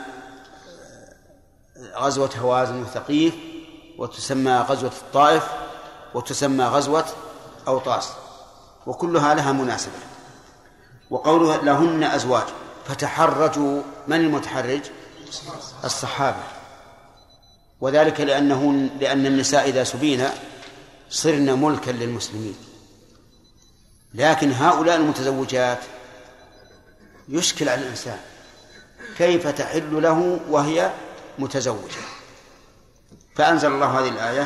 غزوة هوازن وثقيف، وتسمى غزوة الطائف، وتسمى غزوة أوطاس، وكلها لها مناسبة. وقوله لهن أزواج فتحرجوا، من المتحرج؟ الصحابة. وذلك لأن النساء إذا سبينا صرنا ملكا للمسلمين، لكن هؤلاء المتزوجات يشكل على الإنسان كيف تحل له وهي متزوجة. فأنزل الله هذه الآية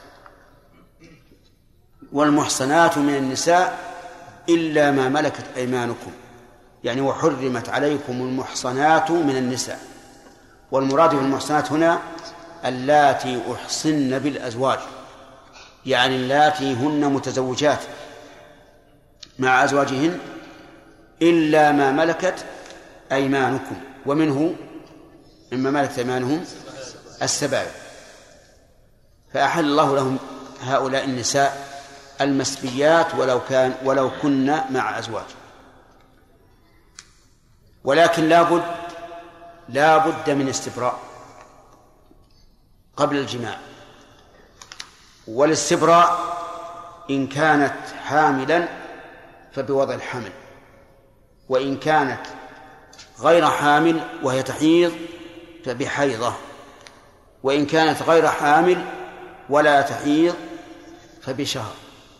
والمحصنات من النساء إلا ما ملكت أيمانكم، يعني وحرمت عليكم المحصنات من النساء. والمراد بالمحصنات هنا اللاتي أحصن بالأزواج، يعني اللاتي هن متزوجات مع أزواجهن إلا ما ملكت أيمانكم، ومنه مما ملكت أيمانهم السبايا. فأحل الله لهم هؤلاء النساء المسبيات ولو كن مع أزواج. ولكن لا بد من استبراء قبل الجماع. والاستبراء إن كانت حاملا فبوضع الحمل، وإن كانت غير حامل وهي تحيض فبحيضة، وإن كانت غير حامل ولا تحيض فبشهر.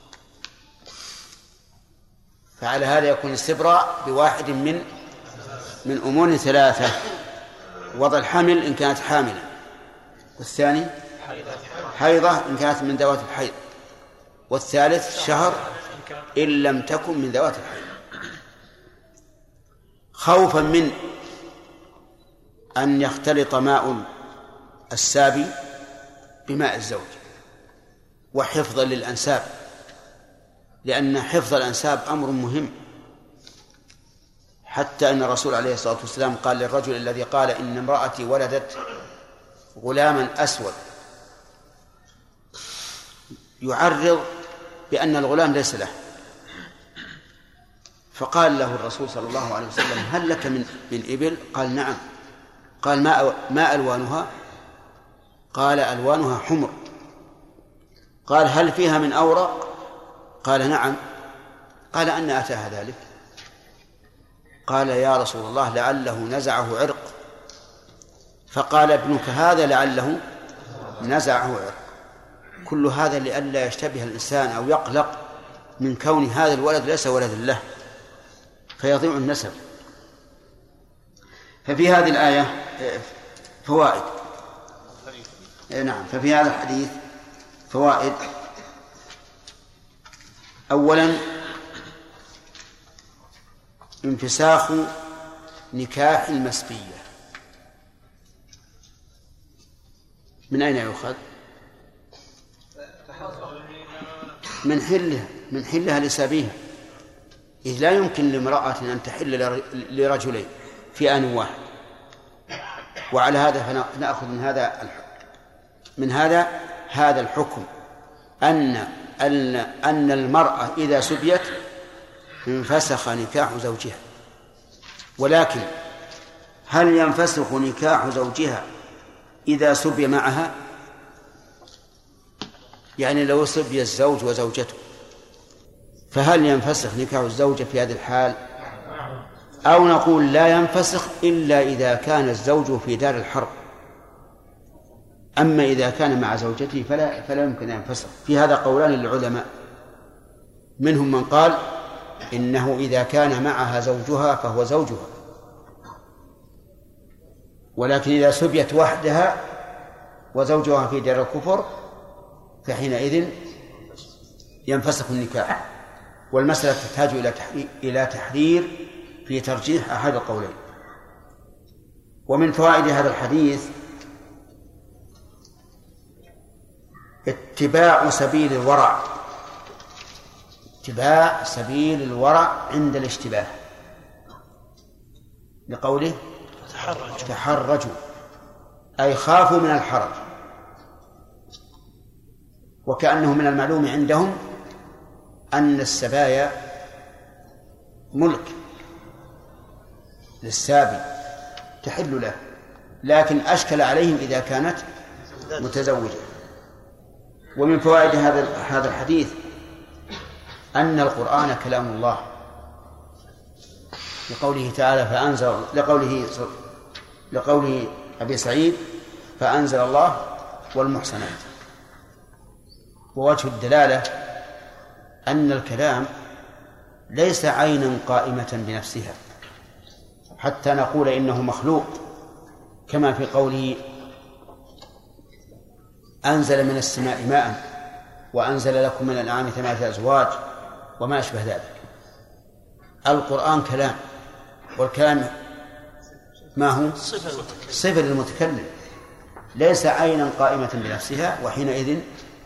فعلى هذا يكون الاستبراء بواحد من أمور ثلاثة: وضع الحمل إن كانت حاملة، والثاني حيضة إن كانت من ذوات الحيض، والثالث شهر إن لم تكن من ذوات الحيض، خوفا من أن يختلط ماء السابي بماء الزوج، وحفظا للأنساب، لأن حفظ الأنساب أمر مهم، حتى أن الرسول عليه الصلاة والسلام قال للرجل الذي قال إن امرأتي ولدت غلاما أسود يعرض بأن الغلام ليس له، فقال له الرسول صلى الله عليه وسلم هل لك من إبل؟ قال نعم. قال ما ألوانها؟ قال ألوانها حمر. قال هل فيها من أورق؟ قال نعم. قال أن أتاها ذلك؟ قال يا رسول الله لعله نزعه عرق. فقال ابنك هذا لعله نزعه عرق. كل هذا لئلا يشتبه الإنسان أو يقلق من كون هذا الولد ليس ولد له فيضيع النسب. ففي هذه الآية فوائد. نعم، ففي هذا الحديث فوائد. أولا انفساخ نكاح المسبية. من أين يؤخذ؟ من حلها لسابيها، إذ لا يمكن لامرأة أن تحل لرجلين في آن واحد. وعلى هذا فنأخذ من هذا الحكم أن المرأة إذا سبيت انفسخ نكاح زوجها. ولكن هل ينفسخ نكاح زوجها إذا سبي معها؟ يعني لو سبي الزوج وزوجته فهل ينفسخ نكاح الزوجة في هذه الحال؟ أو نقول لا ينفسخ إلا إذا كان الزوج في دار الحرب، أما إذا كان مع زوجته فلا يمكن أن ينفسخ. في هذا قولان للعلماء، منهم من قال إنه إذا كان معها زوجها فهو زوجها، ولكن إذا سبيت وحدها وزوجها في دار الكفر فحينئذ ينفسخ النكاح. والمسألة تحتاج إلى تحرير في ترجيح أحد القولين. ومن فوائد هذا الحديث اتباع سبيل الورع عند الاشتباه، لقوله تحرجوا أي خافوا من الحرج. وكأنه من المعلوم عندهم أن السبايا ملك للسابي تحل له، لكن أشكل عليهم إذا كانت متزوجة. ومن فوائد هذا الحديث أن القرآن كلام الله، لقوله تعالى لقوله أبي سعيد فأنزل الله والمحصنات. ووجه الدلالة أن الكلام ليس عينا قائمة بنفسها حتى نقول إنه مخلوق، كما في قوله أنزل من السماء ماء وأنزل لكم من الأنعام 8 أزواج وما أشبه ذلك. القرآن كلام، والكلام ما هو؟ صفة للمتكلم، ليس عينا قائمة بنفسها. وحينئذ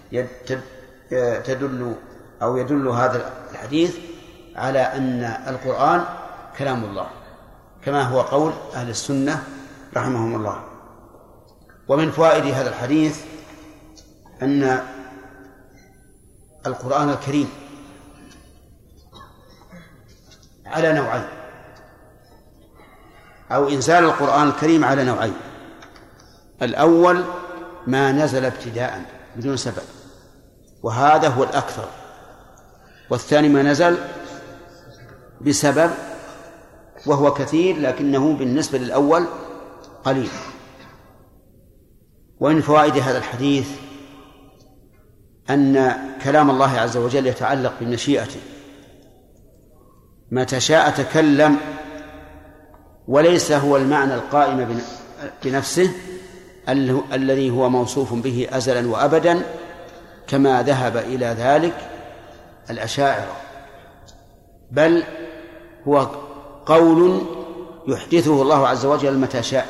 يدل هذا الحديث على أن القرآن كلام الله، كما هو قول أهل السنة رحمهم الله. ومن فوائد هذا الحديث أن القرآن الكريم على نوعين، أو إنزال القرآن الكريم على نوعين: الأول ما نزل ابتداء بدون سبب وهذا هو الأكثر، والثاني ما نزل بسبب وهو كثير لكنه بالنسبة للأول قليل. ومن فوائد هذا الحديث أن كلام الله عز وجل يتعلق بمشيئته، متى شاء تكلم، وليس هو المعنى القائم بنفسه الذي هو موصوف به أزلا وأبدا كما ذهب إلى ذلك الأشاعرة، بل هو قول يحدثه الله عز وجل متى شاء.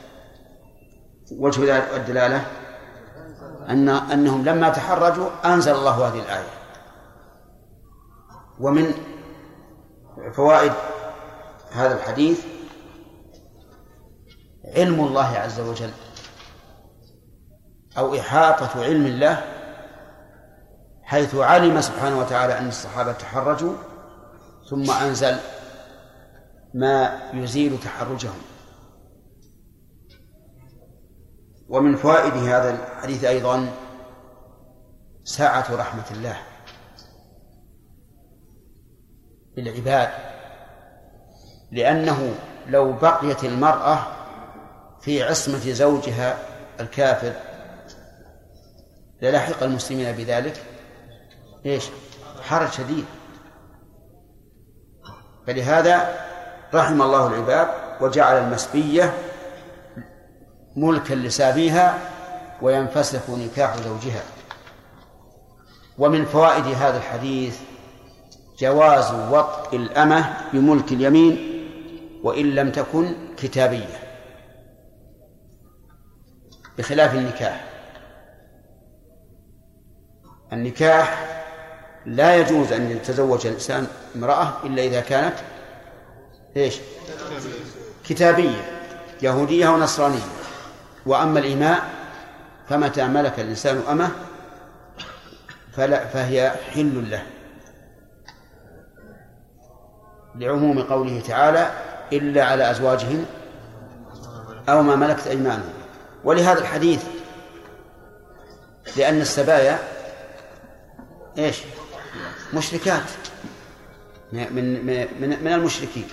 وجه الدلالة أنهم لما تحرجوا أنزل الله هذه الآية. ومن فوائد هذا الحديث علم الله عز وجل أو إحاطة علم الله، حيث علم سبحانه وتعالى أن الصحابة تحرجوا ثم أنزل ما يزيل تحرجهم. ومن فوائد هذا الحديث أيضا سعة رحمة الله للعباد، لأنه لو بقيت المرأة في عصمة زوجها الكافر للحق المسلمين بذلك حرج شديد. فلهذا رحم الله العباد وجعل المسبية ملكا لسابيها وينفسخ نكاح زوجها. ومن فوائد هذا الحديث جواز وطء الأمة بملك اليمين وإن لم تكن كتابية، بخلاف النكاح لا يجوز أن يتزوج الإنسان امرأة إلا إذا كانت كتابية يهودية أو نصرانية. وأما الإماء فمتى ملك الإنسان أمه فهي حل له، لعموم قوله تعالى إلا على أزواجهم أو ما ملكت أيمانهم. ولهذا الحديث لأن السبايا مشركات من المشركين،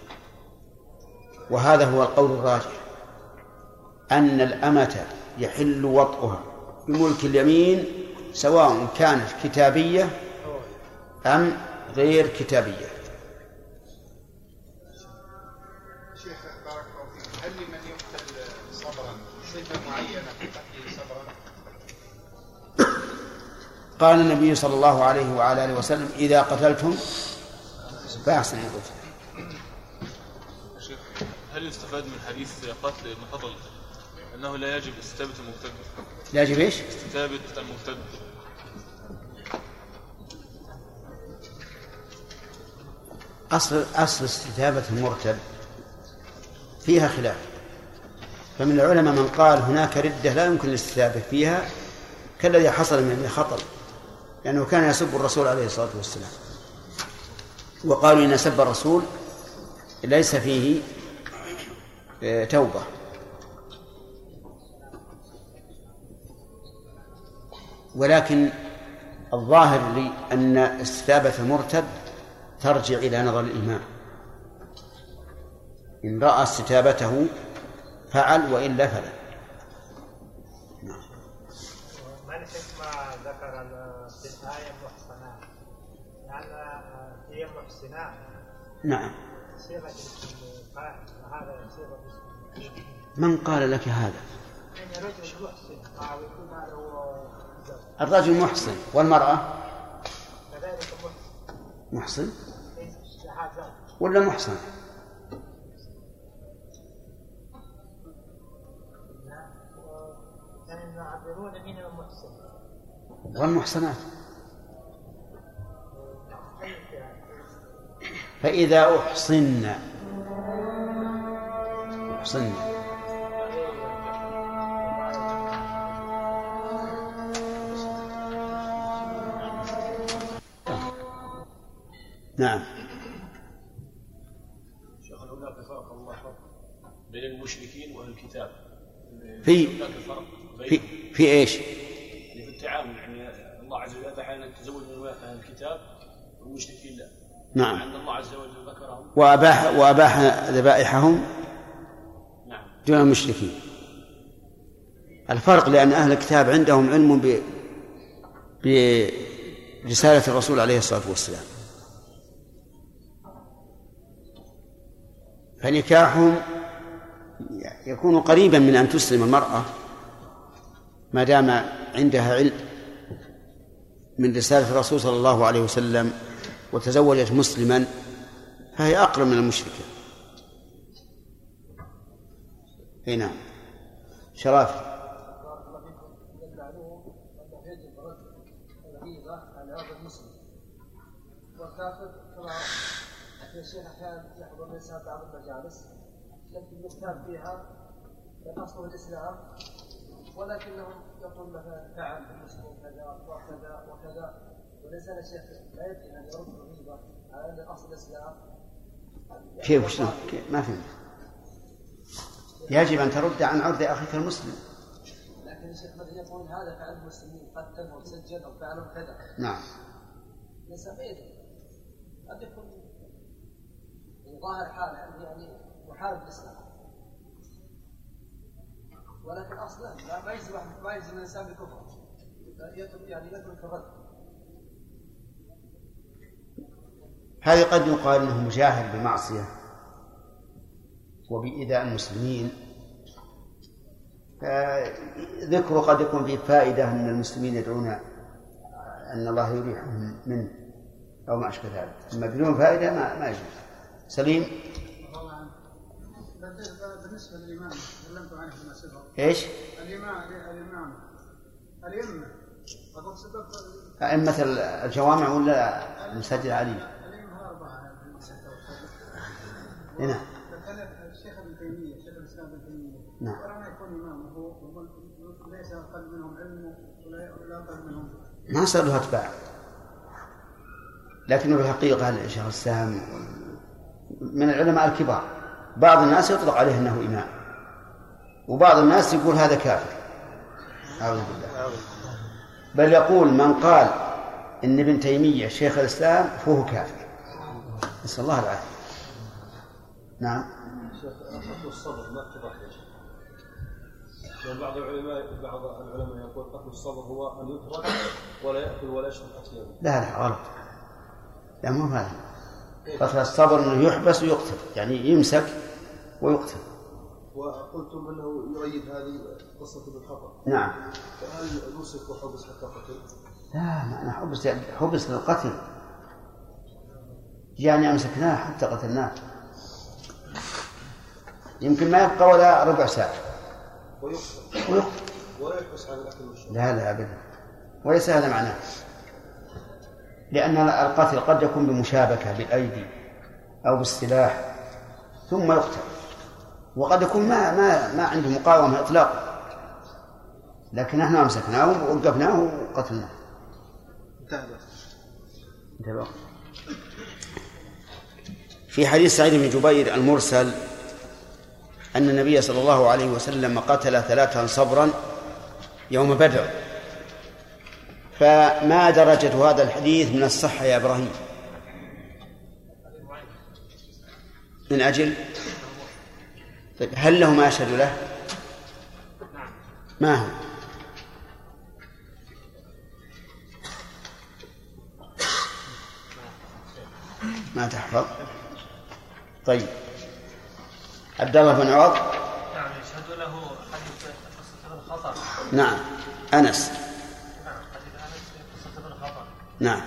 وهذا هو القول الراجح أن الأمة يحل وطئها بملك اليمين سواء كانت كتابية أم غير كتابية. شيخ بارك الله فيك، هل لمن يقتل صبرا صفة معينة في قتله صبرا؟ قال النبي صلى الله عليه وعلى آله وسلم إذا قتلتم فأحسنوا القتل. هل يستفاد من حديث قتل ابن فضل أنه لا يجب استتابة المرتد؟ لا يجب استتابة المرتد. أصل استتابة المرتد فيها خلاف، فمن العلماء من قال هناك ردة لا يمكن الاستتابة فيها كالذي حصل من ابن خطل، لأنه كان يسب الرسول عليه الصلاة والسلام، وقالوا إن سب الرسول ليس فيه توبة. ولكن الظاهر لي أن استتابة المرتد ترجع إلى نظر الإمام، إن رأى استتابته فعل وإلا فلا. مالك ما ذكر في الآية محصنات، لأن هي محسنات. نعم. صيغة الفاعل وهذا صيغة اسم. من قال لك هذا؟ يعني رجل محسن أو يكون هذا هو الرجل محسن والمرأة كذلك محسن ولا محسن؟ يعبرون من المحسن والمحسنات. فإذا أحصن نعم. شيخ هناك فرق الله بين المشركين واهل الكتاب في ايش؟ في التعامل، يعني الله عز وجل احيانا يتزوج من اهل الكتاب والمشركين لا. نعم. عند الله عز وجل ذكرهم واباح ذبائحهم نعم دون المشركين. الفرق لأن أهل الكتاب عندهم علم برسالة الرسول عليه الصلاة والسلام، فنكاحهم يكون قريبا من أن تسلم المرأة ما دام عندها علم من رسالة الرسول صلى الله عليه وسلم وتزوجت مسلما فهي أقرب من المشركة. نعم. شرافي. والكافر كما في الشيخ أحيانا يحضر الإنسان بعض المجالس التي يختار فيها أصل الإسلام ولكنهم يقول مثلا فعل المسلم كذا وكذا وكذا والإنسان الشيخ لا يمكن أن يرد الغيبة على أصل الإسلام. كيف وشلون؟ ما فهمت. يجب أن ترد عن عرض أخيك المسلم. لكن الشيخ مثلا يقول هذا فعل المسلمين قتل أو سجن أو فعل كذا. نعم. ليس بعيد قد يكون ظاهر حاله يعني محارب الإسلام ولكن أصلا ما يجزم الإنسان بكفر يعني يترك الرد. هذه قد يقال أنه مجاهر بمعصية وبإيذاء المسلمين، فذكره قد يكون فيه فائدة أن المسلمين يدعون أن الله يريحهم منه أو ما أشبه ذلك، أما بدون فائدة ما يجوز. سليم. بالنسبة للإمام تكلمت عنه فيما سبق. إيش؟ الإمام الأئمة أقول سبب أئمة الجوامع ولا المساجد العالية؟ الأئمة أربعة. هنا. الشيخ ابن تيمية شيخ الإسلام ابن تيمية. نعم. ولما يكون إمام وهو ليس أقل منهم علم ولا أقل منهم. ما صار له أتباع، لكنه بالحقيقة شيخ الإسلام من العلماء الكبار. بعض الناس يطلق عليه أنه إمام وبعض الناس يقول هذا كافر. أعوذ بالله. بل يقول من قال إن ابن تيمية شيخ الإسلام فهو كافر، نسأل الله العافية. نعم. شيخ قتل الصبر ما اتضح ليش؟ لأن بعض العلماء يقول قتل الصبر هو أن يترك ولا يأكل ولا يشرب حتى يموت. لا غلط. لا مو هذا. قتل الصبر أنه يحبس ويقتل، يعني يمسك ويقتل. وقلتم أنه يؤيد هذه قصة بالخطأ. نعم. فهل نمسك وحبس حتى قتل؟ لا معنى حبس للقتل، يعني أمسكناه حتى قتلناه، يمكن ما يبقى ولا ربع ساعة ويقتل ولا يحبس عن الأكل والشرب. لا أبدا، وليس هذا معناه، لأن القتل قد يكون بمشابكة بالأيدي أو بالسلاح ثم يقتل، وقد يكون ما عنده مقاومة إطلاقا، لكن نحن أمسكناه ووقفناه وقتلناه. انتبه. في حديث سعيد بن جبير المرسل أن النبي صلى الله عليه وسلم قتل 3 صبرا يوم بدر، فما درجة هذا الحديث من الصحة يا إبراهيم؟ من أجل طيب هل له ما يشهد له؟ ما هو؟ ما تحفظ؟ طيب عبد الله بن عوض. نعم يشهد له حديث قصة ابن خطر. نعم. أنس. نعم حديث أنس قصة ابن خطر. نعم.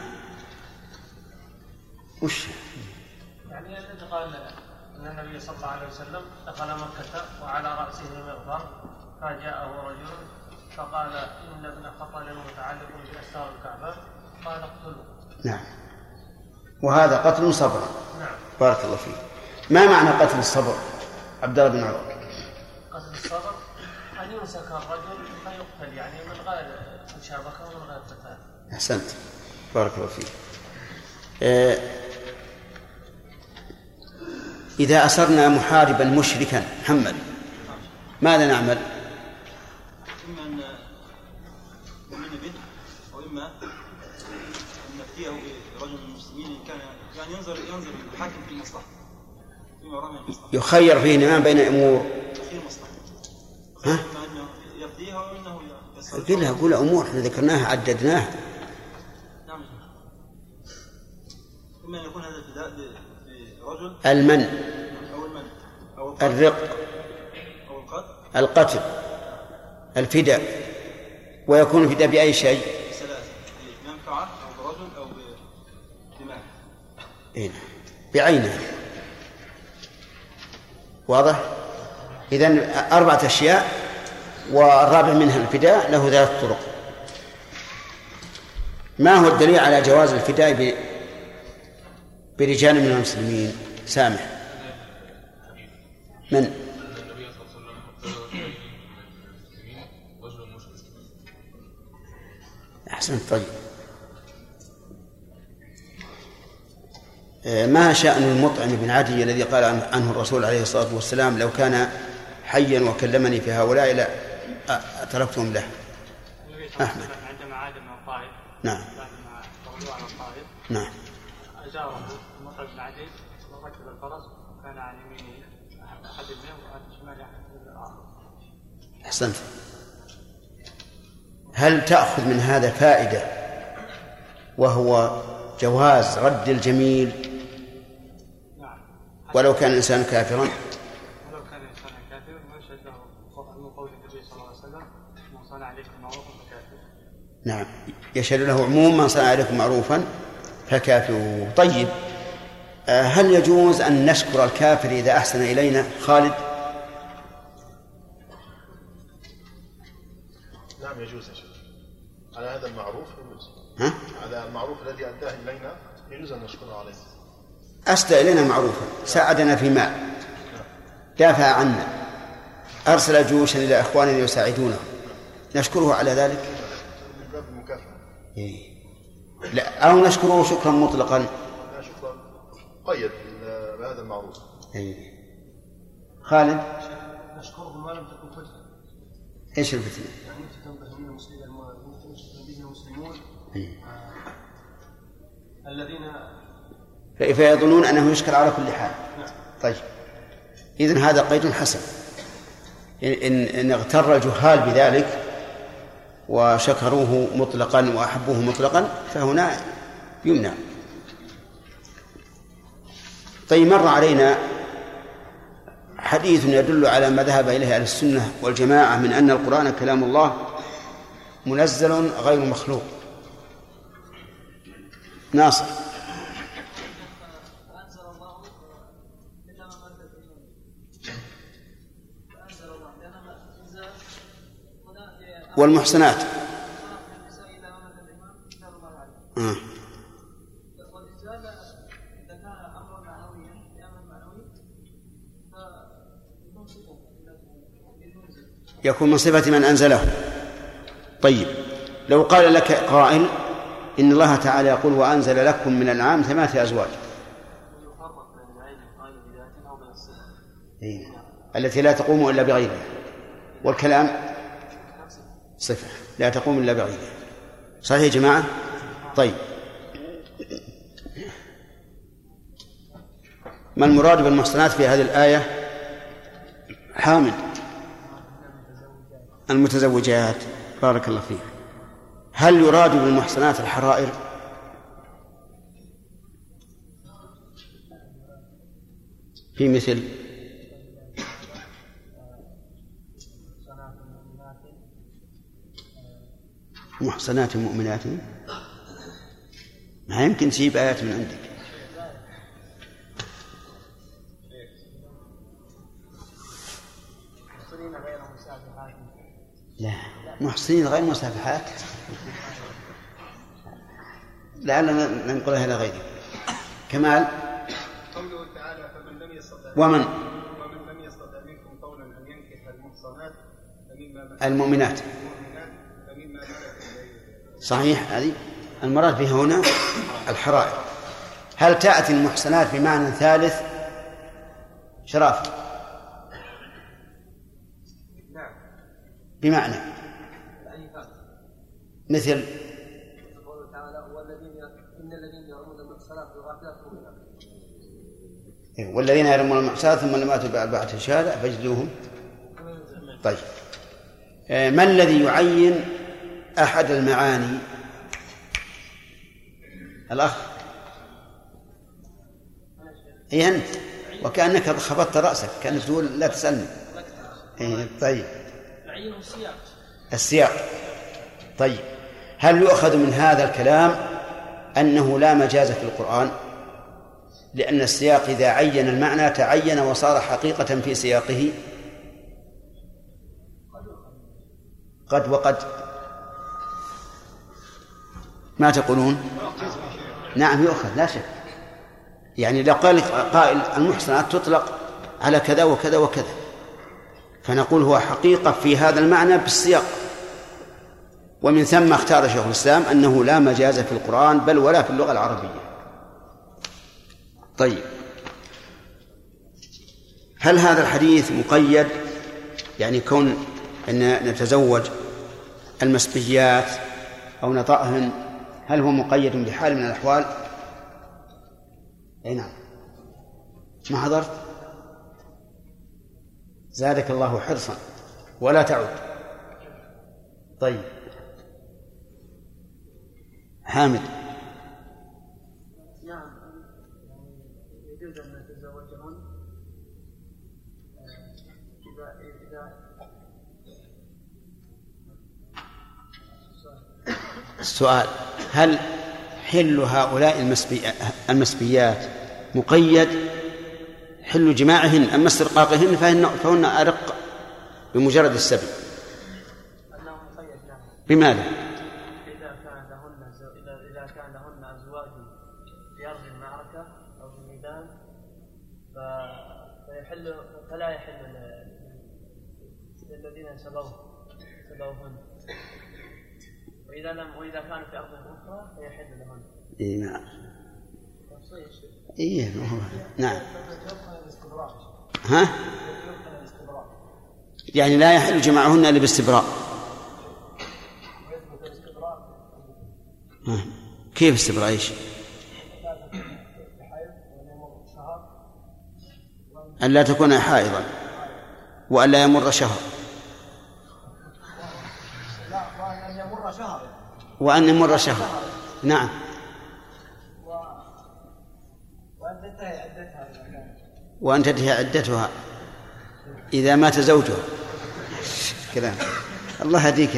وش يعني الذي قال أن النبي صلى الله عليه وسلم دخل مكة وعلى رأسه مغفر فجاءه رجل فقال إن ابن خطر متعلق بأستار الكعبة قال اقتله. نعم. وهذا قتل صبر. نعم. بارك الله فيك. ما معنى قتل الصبر عبد الله بن عوض؟ قتل الصبر أن يمسك الرجل فيقتل، يعني من غير مشابكة ومن غير قتال. أحسنت بارك الله فيك. إذا أسرنا محاربا مشركا محمد ماذا نعمل؟ إما أن نؤمن به وإما أن نفتيه برجل من المسلمين كان ينظر الحاكم في المصلحة يخير فيه الإمام بين أمور. ها؟ إما أنه يفتيه وإنه قلها قول أمور احنا ذكرناها عددناها. نعم. إما أن يكون هذا الفداء برجل المن أو الرق أو القتل الفداء، ويكون الفداء بأي شيء؟ بمنفعة أو برجل أو بمال. بعينه. واضح؟ إذن 4 أشياء والرابع منها الفداء، له 3 طرق. ما هو الدليل على جواز الفداء برجال من المسلمين. سامح من؟ النبي صلى الله عليه وسلم قتل المسلمين رجل مشرك. أحسنت. طيب، ما شأن المطعم بن عدي الذي قال عنه الرسول عليه الصلاة والسلام لو كان حيا وكلمني في هؤلاء لا تركتهم له؟ أحمد. عندما عاد من الطائف. نعم. طردوه على الطائف. نعم. أجاره المطعم بن عدي وركب الفرس وكان عن يمينه أحد منهم وعن شماله أحد الآخر. أحسنت. هل تأخذ من هذا فائدة وهو جواز رد الجميل ولو كان الإنسان كافرا؟ ولو كان الإنسان كافرا ويشهد له قول النبي صلى الله عليه وسلم من صنع عليكم معروفا فكافر. نعم، يشهد له عموم من صنع عليكم معروفا فكافروا. طيب، هل يجوز أن نشكر الكافر إذا أحسن إلينا؟ خالد. نعم يجوز يا شيخ، على هذا المعروف يجوز. على المعروف الذي أداه إلينا يجوز أن نشكره عليه. أسدى إلينا معروفا، ساعدنا في مال، دافع عنا، أرسل جيوشا إلى إخواننا يساعدونه، نشكره على ذلك؟ من باب المكافأة. لا، أو نشكره شكرا مطلقا؟ لا، شكرا قيد بهذا المعروف. خالد. نشكره ما لم تكن فتنة. إيش الفتنة؟ يعني تنبه من المسلمون الذين فيظنون أنه يشكر على كل حال. طيب، إذن هذا قيد حسن. إن اغتر الجهال بذلك وشكروه مطلقا وأحبوه مطلقا فهنا يمنع. طيب، مر علينا حديث يدل على ما ذهب إليه أهل السنة والجماعة من أن القرآن كلام الله منزل غير مخلوق. ناصر. والمحسنات يكون من صفة من أنزله. طيب، لو قال لك قائل إن الله تعالى يقول وأنزل لكم من الأنعام 8 أزواج التي لا تقوم إلا بغيرها، والكلام صفة لا تقوم إلا بغيرها. صحيح يا جماعة؟ طيب، ما المراد بالمحصنات في هذه الآية؟ حامد. المتزوجات. بارك الله فيك. هل يراد بالمحصنات الحرائر؟ في مثل محصنات مؤمنات، ما يمكن تجيب آيات من عندك. لا، محصنين غير مسافحات، لعلنا ننقلها إلى غيره. كمال. قوله تعالى فمن لم يستطع ومن لم يستطع منكم قولا أن ينكح المحصنات المؤمنات فمما صحيح. هذه المراد بها هنا الحرائر. هل تأتي المحصنات بمعنى ثالث؟ شرافة. نعم. بمعنى مثل قوله تعالى إن الذين يرمون المحصنات والغافلات والذين يرمون المحصنات ثم لم يأتوا بأربعة شهادة فاجلدوهم. طيب، ما الذي يعين أحد المعاني؟ الأخ. أنت وكأنك خفضت رأسك كأنك تقول لا تسألني. طيب، السياق. طيب، هل يؤخذ من هذا الكلام أنه لا مجاز في القرآن؟ لأن السياق إذا عين المعنى تعين وصار حقيقة في سياقه. قد وقد. ما تقولون؟ نعم يؤخذ لا شك. يعني لو قال قائل المحصنات تطلق على كذا وكذا وكذا، فنقول هو حقيقة في هذا المعنى بالسياق. ومن ثم اختار شيخ الإسلام أنه لا مجاز في القرآن بل ولا في اللغة العربية. طيب، هل هذا الحديث مقيد، يعني كون أن نتزوج المسبيات أو نطأهن، هل هو مقيد بحال من الأحوال؟ أي نعم. ما حضرت؟ زادك الله حرصا ولا تعود. طيب، حامد. نعم، يجوز أن نتزوجهن إذا السؤال: هل حل هؤلاء المسبيات مقيد حل جماعهن أما استرقاقهن فهن أرق بمجرد السبي؟ بماذا؟ إذا كان لهن أزواج في أرض المعركة أو في الميدان فلا يحل للذين سبوهن، وإذا كانوا في أرض أخرى فيحل لهن. إيه نعم. إيه نعم. ها؟ يعني لا يحل جماعهن إلا باستبراء. كيف استبراء؟ إيش؟ أن لا تكون حائضا وأن لا يمر شهر، وأن يمر شهر. نعم. وأن تنتهي عدتها إذا مات زوجها. كلام الله هديك.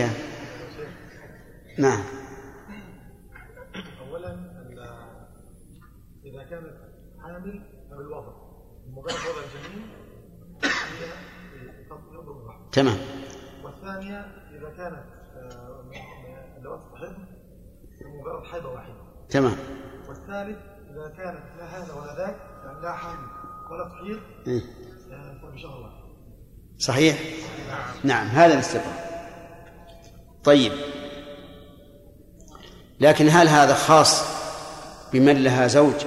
نعم. أولا إذا كانت حامل بالوضع مجرد وضع الجنين يضرب الرحم. تمام. والثانية إذا كانت اللوات الحيض مجرد حيضة واحدة. تمام. والثالث إذا كانت لا هذا ولا ذاك، يعني لا حامل ولا تحيض، فبشهر واحد. صحيح؟ نعم، هذا الاستبراء. طيب، لكن هل هذا خاص بمن لها زوج،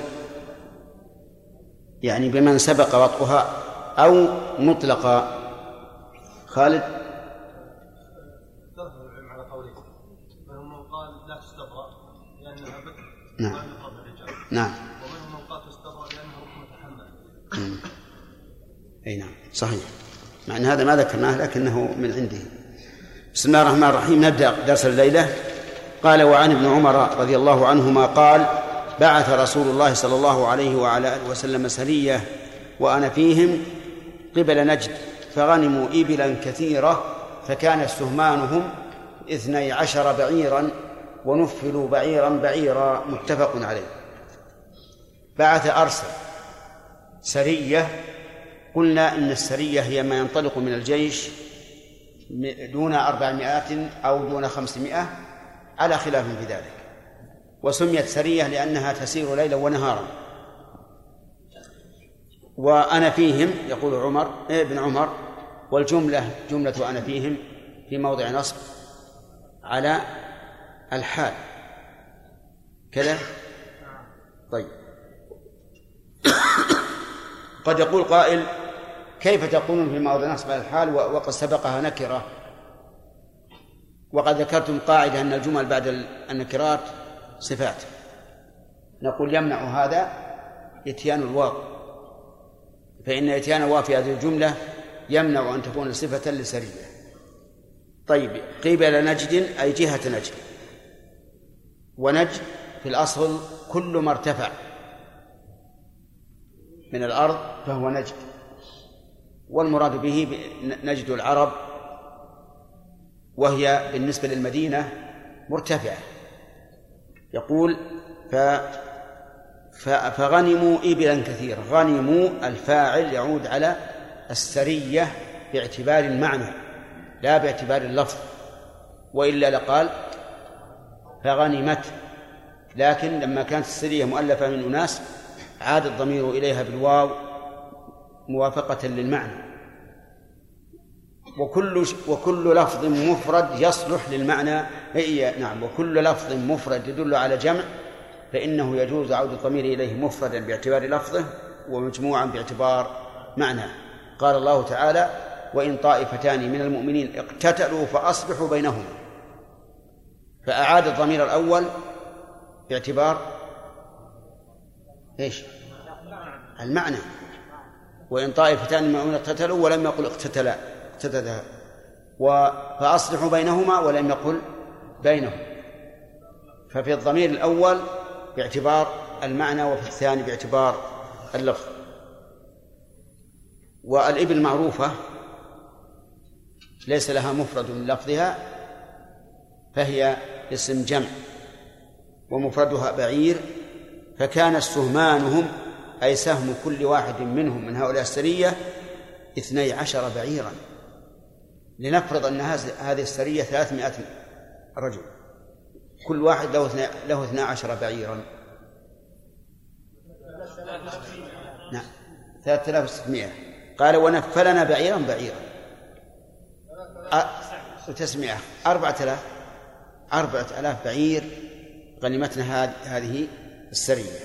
يعني بمن سبق وطئها، أو مطلقا؟ خالد؟ اختلف العلم على قولين، منهم من قال لا تستبرأ لأنها بكر نعم. ولا الرجال. نعم. ومنهم من قال تستبرأ لأنها ركن متحمل. أي نعم، صحيح، مع أن هذا ما ذكرناه لكنه من عنده. بسم الله الرحمن الرحيم. نبدأ درس الليلة. قال: وعن ابن عمر رضي الله عنهما قال: بعث رسول الله صلى الله عليه وعلى آله وسلم سرية وأنا فيهم قبل نجد، فغنموا إبلا كثيرة، فكان سهمانهم 12 بعيرا، ونفلوا بعيرا متفق عليه. بعث أرسل سرية. قلنا إن السرية هي ما ينطلق من الجيش دون 400 أو دون 500 على خلاف في ذلك، وسميت سرية لأنها تسير ليلا ونهارا. وأنا فيهم يقول ابن عمر، والجملة جملة أنا فيهم في موضع نصب على الحال كذا. طيب، قد يقول قائل: كيف تقولون في موضع نصب على الحال وقد سبقها نكرة؟ وقد ذكرتم قاعدة أن الجمل بعد النكرات صفات. نقول: يمنع هذا إتيان الواو، فإن إتيان الواو في هذه الجملة يمنع أن تكون صفة لسرية. طيب، قبل نجد أي جهة نجد، ونجد في الأصل كل ما ارتفع من الأرض فهو نجد، والمراد به نجد العرب، وهي بالنسبة للمدينة مرتفعة. يقول: فغنموا إبلا كثيرة. غنموا الفاعل يعود على السرية باعتبار المعنى لا باعتبار اللفظ، وإلا لقال فغنمت. لكن لما كانت السرية مؤلفة من أناس عاد الضمير إليها بالواو موافقة للمعنى، وكل لفظ مفرد يصلح للمعنى. نعم، وكل لفظ مفرد يدل على جمع فإنه يجوز عود الضمير إليه مفردا باعتبار لفظه ومجموعا باعتبار معناه. قال الله تعالى: وإن طائفتان من المؤمنين اقتتلوا فأصلحوا بينهما، فأعاد الضمير الأول باعتبار إيش؟ المعنى. وإن طائفتان من المؤمنين اقتتلوا ولم يقل اقتتلا فأصلحوا بينهما ولم يقل بينهم، ففي الضمير الأول باعتبار المعنى وفي الثاني باعتبار اللفظ. والإبل معروفة ليس لها مفرد من لفظها، فهي اسم جمع، ومفردها بعير، فكان سهمانهم أي سهم كل واحد منهم من هؤلاء السرية 12 بعيرا. لنفرض أن هذه السرية 300 رجل، كل واحد له 12 بعيرا، نعم 3600. قال: ونفلنا بعيرا بعيرا، وتسمية 4000 بعير غنيمتنا هذه السرية.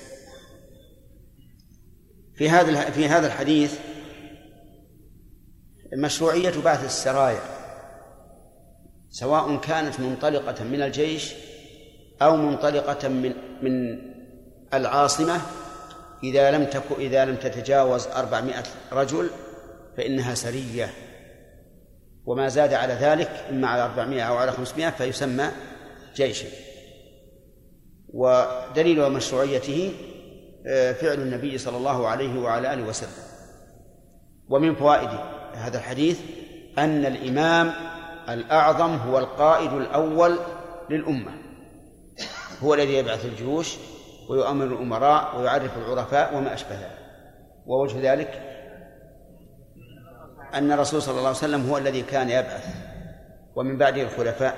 في هذا الحديث مشروعية بعث السرايا، سواء كانت منطلقة من الجيش أو منطلقة من العاصمة، إذا لم تتجاوز 400 رجل فإنها سرية، وما زاد على ذلك إما على 400 أو على 500 فيسمى جيشا. ودليل مشروعيته فعل النبي صلى الله عليه وعلى آله وسلم. ومن فوائد هذا الحديث أن الإمام الأعظم هو القائد الأول للأمة، هو الذي يبعث الجيوش ويؤمر الأمراء ويعرف العرفاء وما أشبه ذلك. ووجه ذلك أن الرسول صلى الله عليه وسلم هو الذي كان يبعث، ومن بعده الخلفاء.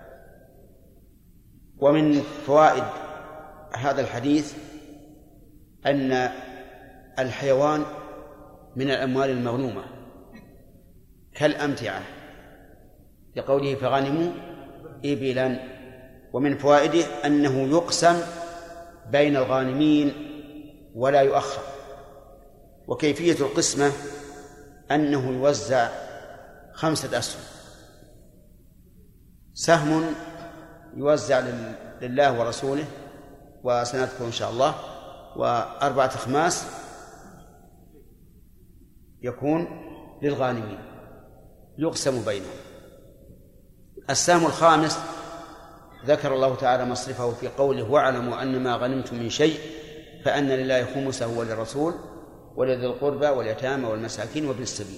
ومن فوائد هذا الحديث أن الحيوان من الأموال المغنومة كالأمتعة، لقوله: فغنموا إبلا. ومن فوائده أنه يقسم بين الغانمين ولا يؤخر. وكيفية القسمة أنه يوزع 5 أسهم، سهم يوزع لله ورسوله وسنذكر إن شاء الله، و4 أخماس يكون للغانمين يقسم بينهم. السهم الخامس ذكر الله تعالى مصرفه في قوله: واعلموا أن ما غنمتم من شيء فأن لله خمسه وللرسول ولذي القربى واليتامى والمساكين وابن السبيل.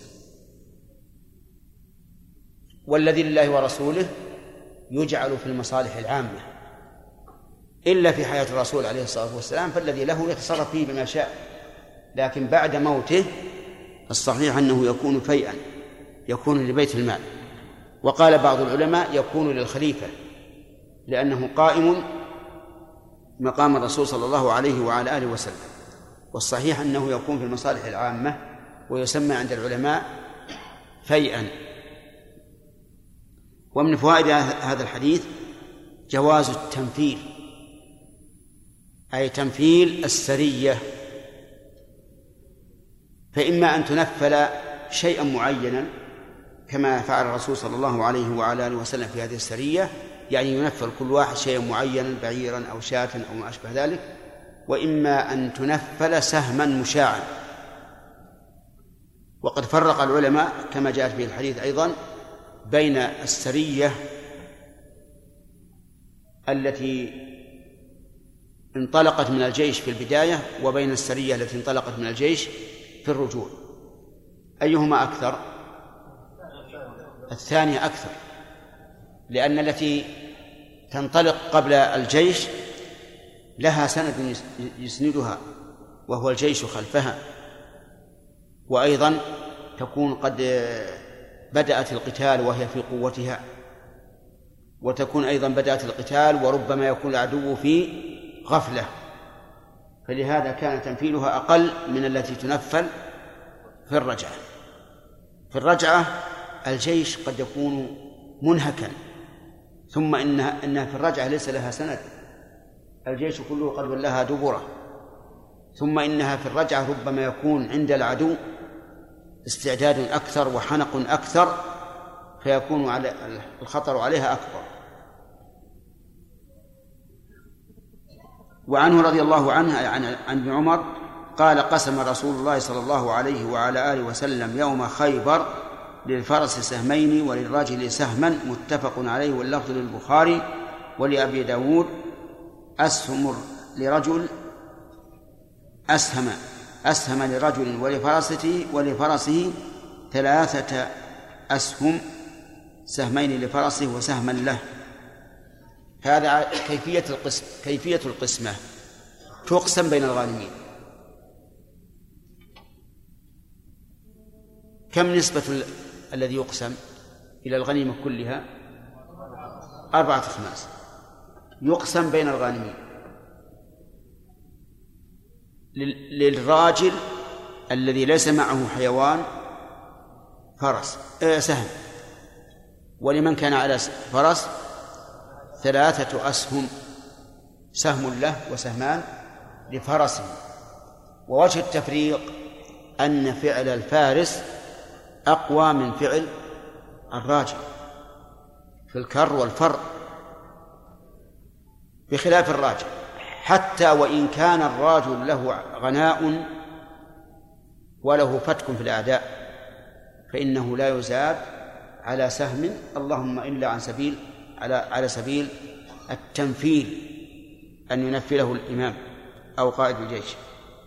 والذي لله ورسوله يجعل في المصالح العامة، إلا في حياة الرسول عليه الصلاة والسلام فالذي له يتصرف فيه بما شاء، لكن بعد موته الصحيح أنه يكون فيئا، يكون لبيت المال. وقال بعض العلماء يكون للخليفة لأنه قائم مقام الرسول صلى الله عليه وعلى آله وسلم. والصحيح أنه يكون في المصالح العامة ويسمى عند العلماء فيئا. ومن فوائد هذا الحديث جواز التنفيل، أي تنفيل السرية، فإما أن تنفل شيئا معينا كما فعل الرسول صلى الله عليه وعلى آله وسلم في هذه السرية، يعني ينفل كل واحد شيئا معينا بعيرا أو شاة أو ما أشبه ذلك، وإما أن تنفل سهما مشاعا. وقد فرق العلماء كما جاءت في الحديث أيضا بين السرية التي انطلقت من الجيش في البداية وبين السرية التي انطلقت من الجيش في الرجوع. أيهما أكثر؟ الثانية أكثر، لأن التي تنطلق قبل الجيش لها سند يسندها وهو الجيش خلفها، وأيضا تكون قد بدأت القتال وهي في قوتها، وتكون أيضا بدأت القتال وربما يكون العدو في غفلة، فلهذا كان تنفيلها أقل من التي تنفل في الرجعة. في الرجعة الجيش قد يكون منهكا، ثم إنها في الرجعة ليس لها سند، الجيش كله قد ولها دبره، ثم إنها في الرجعة ربما يكون عند العدو استعداد أكثر وحنق أكثر، فيكون الخطر عليها أكبر. وعنه رضي الله عنه عن ابن عمر قال: قسم رسول الله صلى الله عليه وعلى آله وسلم يوم خيبر للفرس سهمين وللرجل سهما، متفق عليه، واللفظ للبخاري ولأبي داود: أسهم لرجل أسهم لرجل ولفرسه 3 أسهم، سهمين لفرسه وسهما له. هذا كيفية القسمة، تقسم بين الغانمين. كم نسبة الذي يقسم إلى الغنيمة كلها؟ 4/5. يقسم بين الغانمين. للراجل الذي ليس معه حيوان سهم، ولمن كان على فرس 3 أسهم، سهم له وسهمان لفرسه. ووجه التفريق أن فعل الفارس أقوى من فعل الراجل في الكر والفر، بخلاف الراجل، حتى وإن كان الراجل له غناء وله فتك في الأعداء فإنه لا يزاد على سهم، اللهم إلا على سبيل التنفيل، أن ينفله الإمام أو قائد الجيش.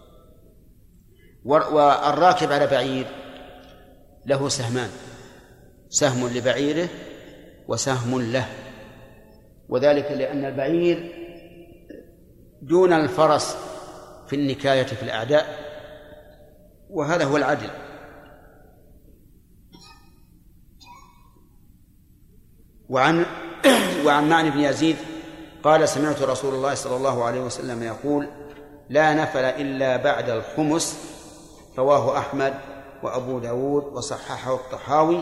والراكب على بعير له سهمان، سهم لبعيره وسهم له، وذلك لأن البعير دون الفرس في النكاية في الأعداء، وهذا هو العدل. وعن معن بن يزيد قال: سمعت رسول الله صلى الله عليه وسلم يقول: لا نفل إلا بعد الخمس، رواه أحمد وأبو داود وصححه الطحاوي.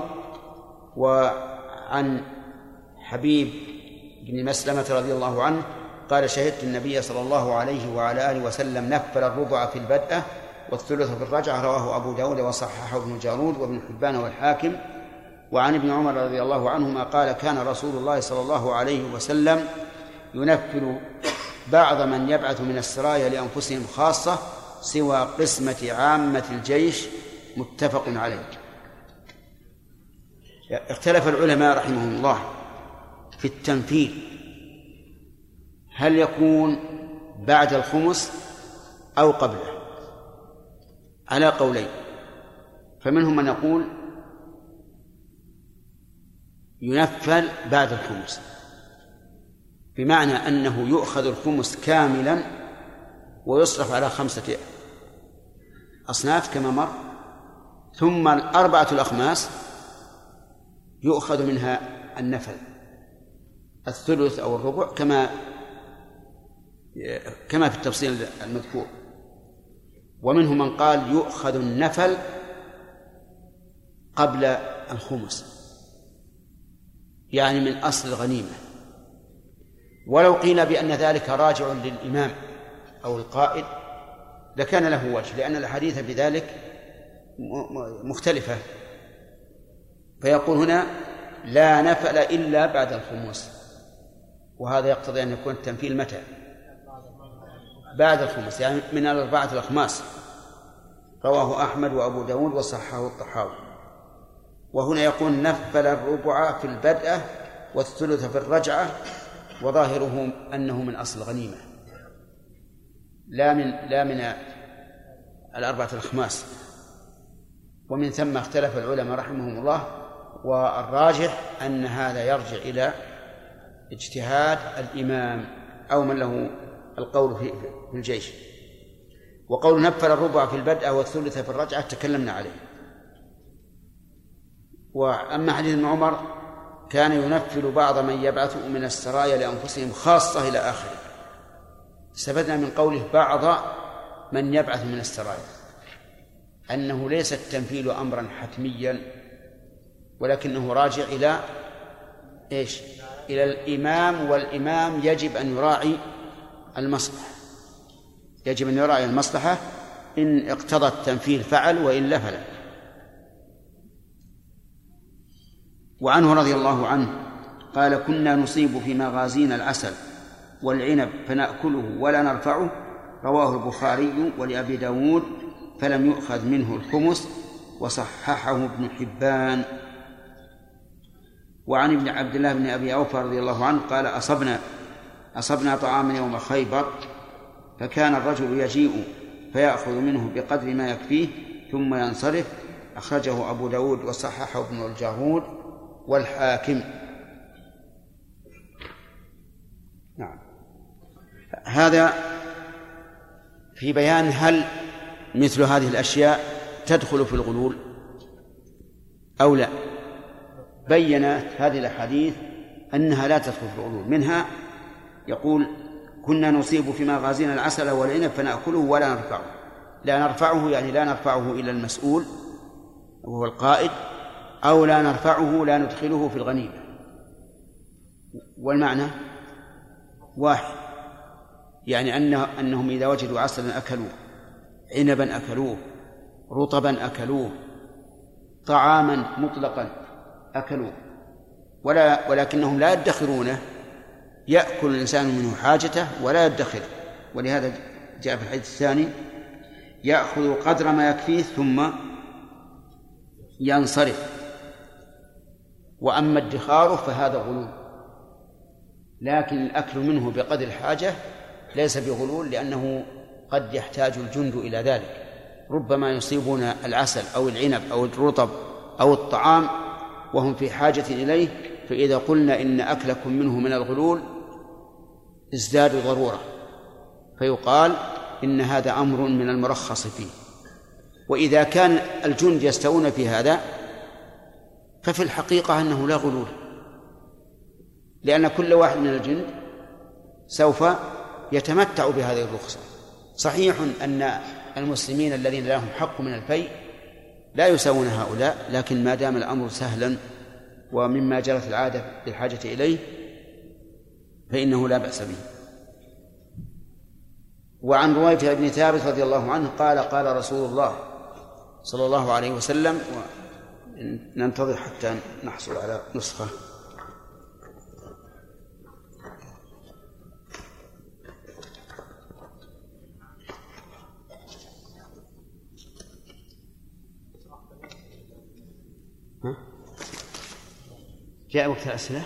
وعن حبيب بن مسلمة رضي الله عنه قال: شهدت النبي صلى الله عليه وعلى آله وسلم نفل الربع في البدءة والثلث في الرجعة، رواه أبو داود وصححه ابن جارود وابن حبان والحاكم. وعن ابن عمر رضي الله عنهما قال: كان رسول الله صلى الله عليه وسلم ينفل بعض من يبعث من السرايا لأنفسهم خاصة سوى قسمة عامة الجيش، متفق عليه. اختلف العلماء رحمهم الله في التنفيل، هل يكون بعد الخمس أو قبله، على قولين. فمنهم من يقول ينفل بعد الخمس، بمعنى أنه يؤخذ الخمس كاملا ويصرف على 5 أصناف كما مر، ثم 4 الأخماس يؤخذ منها النفل، الثلث أو الربع كما في التفصيل المذكور. ومنهم من قال يؤخذ النفل قبل الخمس، يعني من أصل الغنيمة. ولو قيل بأن ذلك راجع للإمام أو القائد لكان له وجه، لأن الحديث بذلك مختلفة. فيقول هنا: لا نفل إلا بعد الخمس، وهذا يقتضي أن يكون التنفيل متى؟ بعد الخمس، يعني من 4 الأخماس، رواه أحمد وأبو داود وصححه الطحاوي. وهنا يقول: نفل الربع في البدءة والثلث في الرجعة، وظاهره أنه من أصل الغنيمة لا من 4 الأخماس. ومن ثم اختلف العلماء رحمهم الله، والراجح أن هذا يرجع إلى اجتهاد الإمام أو من له القول في الجيش. وقول نفل الربع في البدء والثلث في الرجعة تكلمنا عليه. وأما حديث ابن عمر كان ينفل بعض من يبعث من السرايا لأنفسهم خاصة إلى آخره، استفدنا من قوله بعض من يبعث من السرايا، أنه ليس التنفيذ أمرا حتميا، ولكنه راجع إلى إيش؟ إلى الإمام، والإمام يجب أن يراعي المصلحة، يجب أن يراعي المصلحة، إن اقتضى التنفيذ فعل وإلا فلا. وعنه رضي الله عنه قال: كنا نصيب في مغازينا العسل والعنب فنأكله ولا نرفعه، رواه البخاري ولأبي داود، فلم يؤخذ منه الخمس، وصححه ابن حبان. وعن ابن عبد الله بن أبي أوفى رضي الله عنه قال: أصبنا طعاما يوم خيبر، فكان الرجل يجيء فيأخذ منه بقدر ما يكفيه ثم ينصرف. أخرجه أبو داود وصححه ابن الجارود والحاكم. نعم. هذا في بيان هل مثل هذه الأشياء تدخل في الغلول أو لا. بينت هذه الأحاديث أنها لا تدخل في الغلول. منها يقول: كنا نصيب في مغازينا العسل والعنب فنأكله ولا نرفعه. لا نرفعه يعني لا نرفعه إلى المسؤول وهو القائد، أو لا نرفعه لا ندخله في الغنيمة. والمعنى واحد، يعني أنهم إذا وجدوا عسلا أكلوه، عنبا أكلوه، رطبا أكلوه، طعاما مطلقا أكلوه، ولكنهم لا يدخرونه، يأكل الإنسان منه حاجته ولا يدخر. ولهذا جاء في الحديث الثاني: يأخذ قدر ما يكفيه ثم ينصرف. وأما ادخاره فهذا غلول، لكن الأكل منه بقدر الحاجة ليس بغلول، لأنه قد يحتاج الجند إلى ذلك. ربما يصيبون العسل أو العنب أو الرطب أو الطعام وهم في حاجة إليه، فإذا قلنا إن أكلكم منه من الغلول ازدادوا ضرورة، فيقال إن هذا أمر من المرخص فيه. وإذا كان الجند يستوون في هذا ففي الحقيقة أنه لا غلول، لأن كل واحد من الجند سوف يتمتع بهذه الرخصة. صحيح أن المسلمين الذين لهم حق من الفيء لا يساوون هؤلاء، لكن ما دام الأمر سهلا ومما جرت العادة بالحاجة إليه فإنه لا بأس به. وعن رويفة بن ثابت رضي الله عنه قال: قال رسول الله صلى الله عليه وسلم، وننتظر حتى نحصل على نسخة. جاء وقت الأسئلة،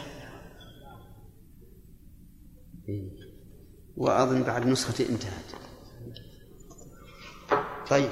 وأظن بعد نسختي انتهت. طيب.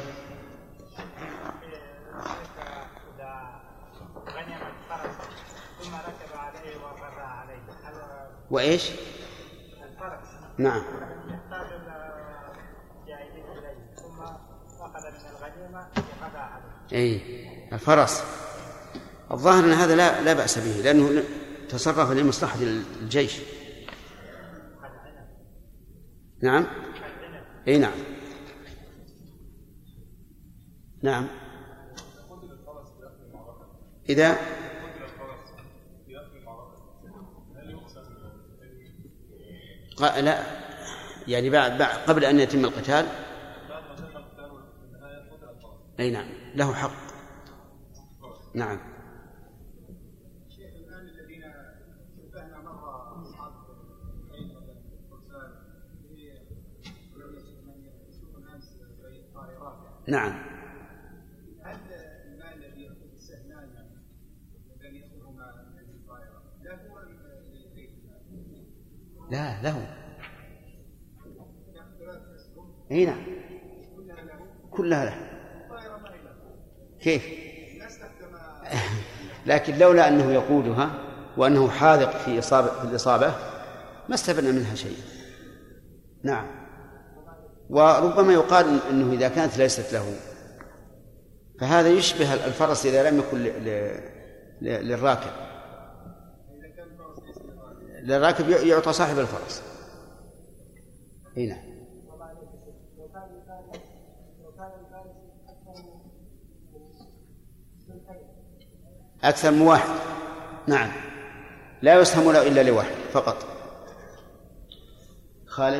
وإيش؟ الفرس. نعم. يحتاج الجاهلين إليه ثم أخذ من الغنيمة وقضى عليه. أي الفرس، الظاهر أن هذا لا بأس به، لأنه تصرف لمصلحة الجيش. نعم. أي نعم. نعم. إذا لا يعني بعد قبل أن يتم القتال. أي نعم له حق. نعم. شيخ الآن الذين شبهنا مرة أصحاب الفرسان يسوقون أمس الطائرات. نعم. هل المال الذي يأخذ السهمان الذي يأخذهما من الطائرة له لا له. اي نعم كلها له. كيف؟ لكن لولا أنه يقودها وأنه حاذق في الإصابة ما استفدنا منها شيء. نعم. وربما يقال أنه إذا كانت ليست له فهذا يشبه الفرس إذا لم يكن للراكب. للراكب يعطى صاحب الفرس. هنا أكثر من واحد. نعم، لا يسهم له إلا لواحد فقط. خالد.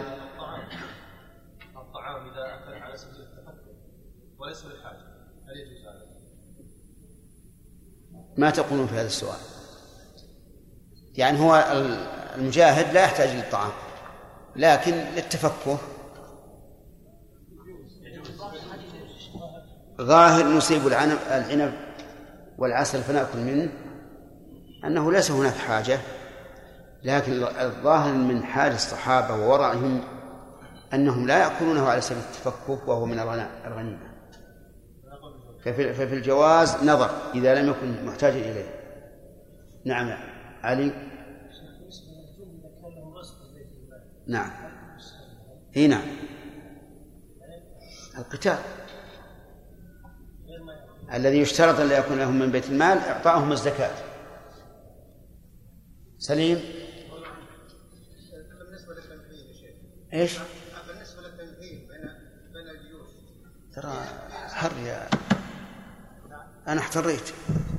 الطعام إذا أكل على سبيل التفكر وليس للحاجة هل يجوز هذا؟ ما تقولون في هذا السؤال؟ يعني هو المجاهد لا يحتاج للطعام لكن للتفكه. ظاهر نصيب العنب والعسل فنأكل منه أنه ليس هناك حاجة، لكن الظاهر من حال الصحابة وورعهم أنهم لا يأكلونه على سبيل التفكه وهو من الغنيمة. ففي الجواز نظر إذا لم يكن محتاجا إليه. نعم علي. نعم هنا القتال الذي يشترط أن لا يكون لهم من بيت المال إعطاؤهم الزكاة. سليم. بالنسبة للتنفيذ يا شيخ. إيش؟ بالنسبة للتنفيذ بين الجيوش. ترى حر يا أنا احتريت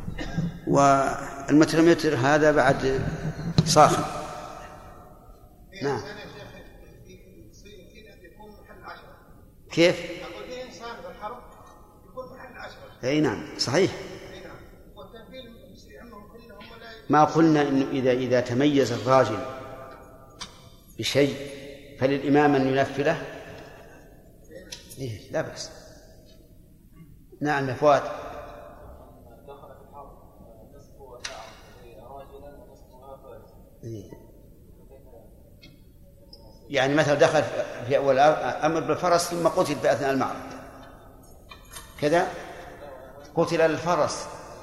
والمترمتر هذا بعد صاخن. نعم. كيف؟ أقول في إنسان في الحرب يكون محل 10. أي نعم صحيح. ما قلنا إنه إذا تميز الراجل بشيء فللإمام أن ينفذه؟ إيه لا بأس. نعم يا فؤاد. يعني مثلا دخل في أول أمر بالفرس ثم قتل في أثناء المعركة كذا، قتل الفرس.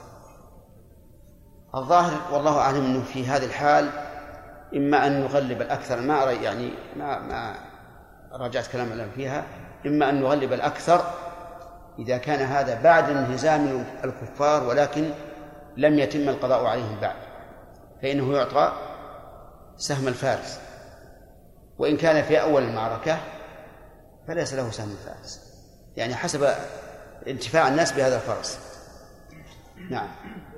الظاهر والله أعلم أنه في هذه الحال إما أن نغلب الأكثر، ما أرى يعني ما راجعت كلام الآن فيها، إما أن نغلب الأكثر إذا كان هذا بعد انهزام الكفار ولكن لم يتم القضاء عليهم بعد، فإنه يعطى سهم الفارس، وإن كان في أول المعركة فليس له سهم الفارس، يعني حسب انتفاع الناس بهذا الفرس. نعم.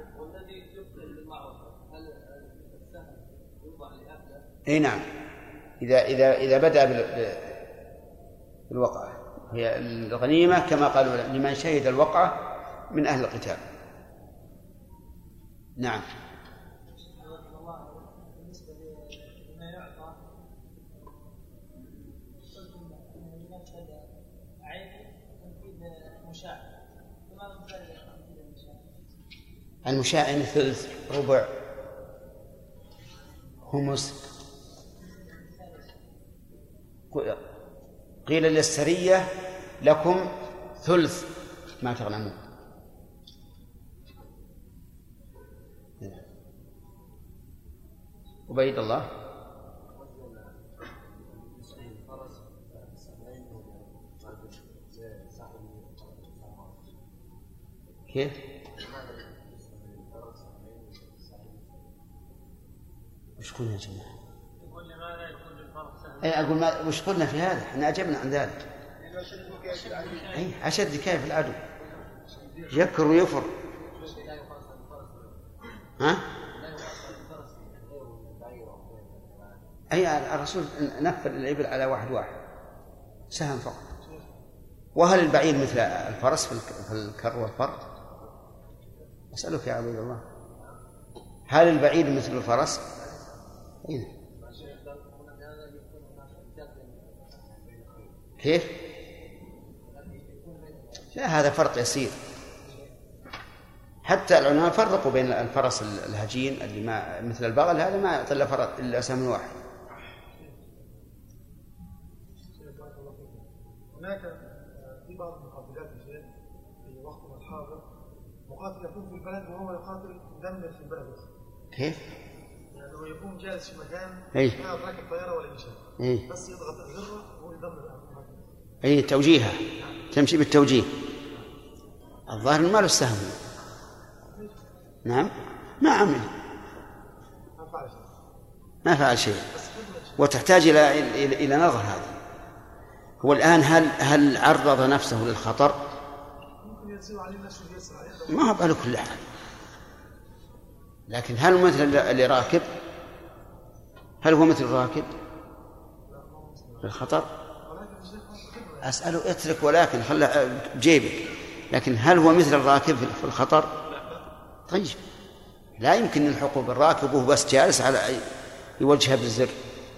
اي نعم، إذا بدأ بالوقعة هي الغنيمة كما قالوا لمن شهد الوقعة من أهل القتال. نعم. المشاع ثلث ربع خمس. قيل للسرية لكم ثلث ما تغنمون. عبيد الله. كيف؟ وش قلنا يا جماعة؟ أي أقول وش قلنا في هذا؟ احنا أجبنا عن ذلك. أي أشد كيف العدو يكر ويفر. ها؟ أي الرسول نفذ الإبل على واحد سهم فقط. وهل البعير مثل الفرس في الكر والفر؟ أسألك يا عبد الله، هل البعير مثل الفرس؟ إيه؟ كيف؟ لا هذا فرق يسير، حتى العلماء فرقوا بين الفرس الهجين اللي ما مثل البغل هذا ما يعطي إلا سهم واحد. هناك في بعض المقاتلات في وقتنا الحاضر مقاتل يكون في البلد وهو يقاتل دمر في البلد. كيف؟ يعني هو يكون جالس في مكان ما راكب طيارة ولا شيء، بس يضغط الزر وهو يدمر. أي توجيهها تمشي بالتوجيه. الظاهر ما له السهم. نعم ما عمل، ما فعل شيء، وتحتاج إلى نظر. هذا هو الآن هل عرض نفسه للخطر يصير عليه نفسه يسرع. ما هو على كل حال، لكن هل مثل اللي راكب؟ هل هو مثل الراكب في الخطر؟ أسأله اترك ولكن خله بجيبك، لكن هل هو مثل الراكب في الخطر؟ طيب لا يمكن نلحقه بالراكب وهو بس جالس على يوجهها بالزر.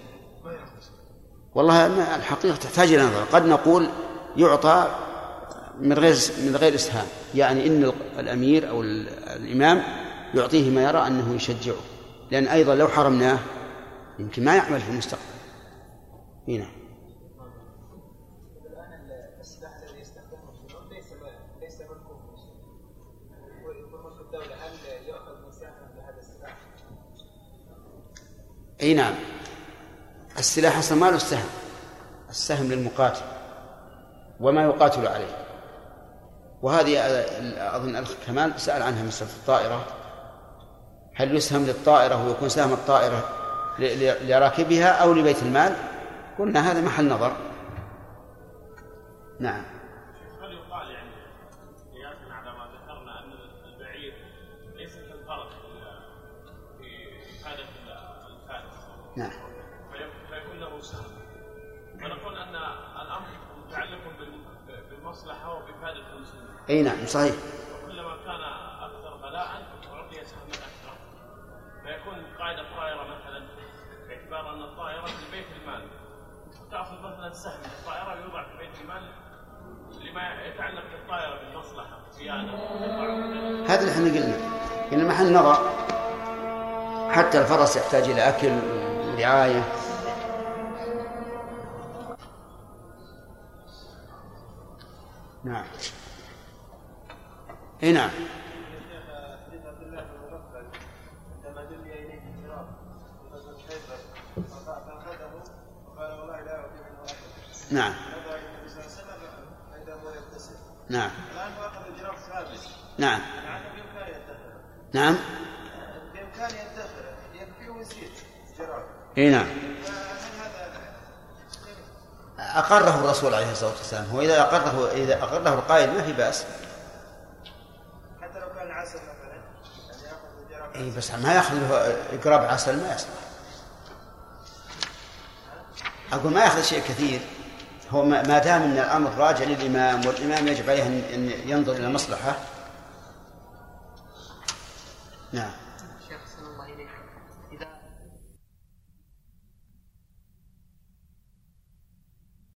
والله الحقيقة تحتاج إلى نظر. قد نقول يعطى من غير إسهام، يعني إن الأمير أو الإمام يعطيه ما يرى أنه يشجعه، لأن أيضا لو حرمناه يمكن ما يعمل في المستقبل. هنا الآن السلاح الذي يستخدمه ليس ملكه ويكون ملك الدولة، هل يأخذ مساحة بهذا السلاح؟ أي نعم، السلاح أصلا ما له السهم للمقاتل وما يقاتل عليه. وهذه أظن الأخ كمال سأل عنها مسألة الطائرة، هل يسهم للطائرة ويكون سهم الطائرة لراكبها أو لبيت المال؟ قلنا هذا محل نظر. نعم. هل يقال يعني قياسا على ما ذكرنا أن البعير ليس كالفرس في حالة الفارس؟ نعم. فيكون له سهم، ونقول أن الأمر متعلق بالمصلحة وبفائدة المسلمين. أي نعم صحيح. وكلما كان أكثر بلاء أعطي سهما أكثر، فيكون قاعدة الطائرة مثلا باعتبار أن الطائرة في بيت المال، تأخذ مثلا سهم الطائرة يوضع في بيت المال لما يتعلق بالطائرة بالمصلحة صيانة. هذا اللي احنا قلنا إن محل نظر، حتى الفرس يحتاج إلى أكل ورعاية. نعم. اي نعم. نعم. نعم. نعم. نعم. بإمكانه يدخر يكفي ويزيد جراب. اي نعم. أقره الرسول عليه الصلاة والسلام، هو إذا أقره القائل ما في بأس. حتى لو كان عسل مثلا يأخذ جراب. إيه بس ما يأخذ له إقراب عسل ما يصلح. أقول ما يأخذ شيء كثير، هو ما دام أن الأمر راجع للإمام والإمام يجب عليه أن ينظر إلى مصلحة. نعم.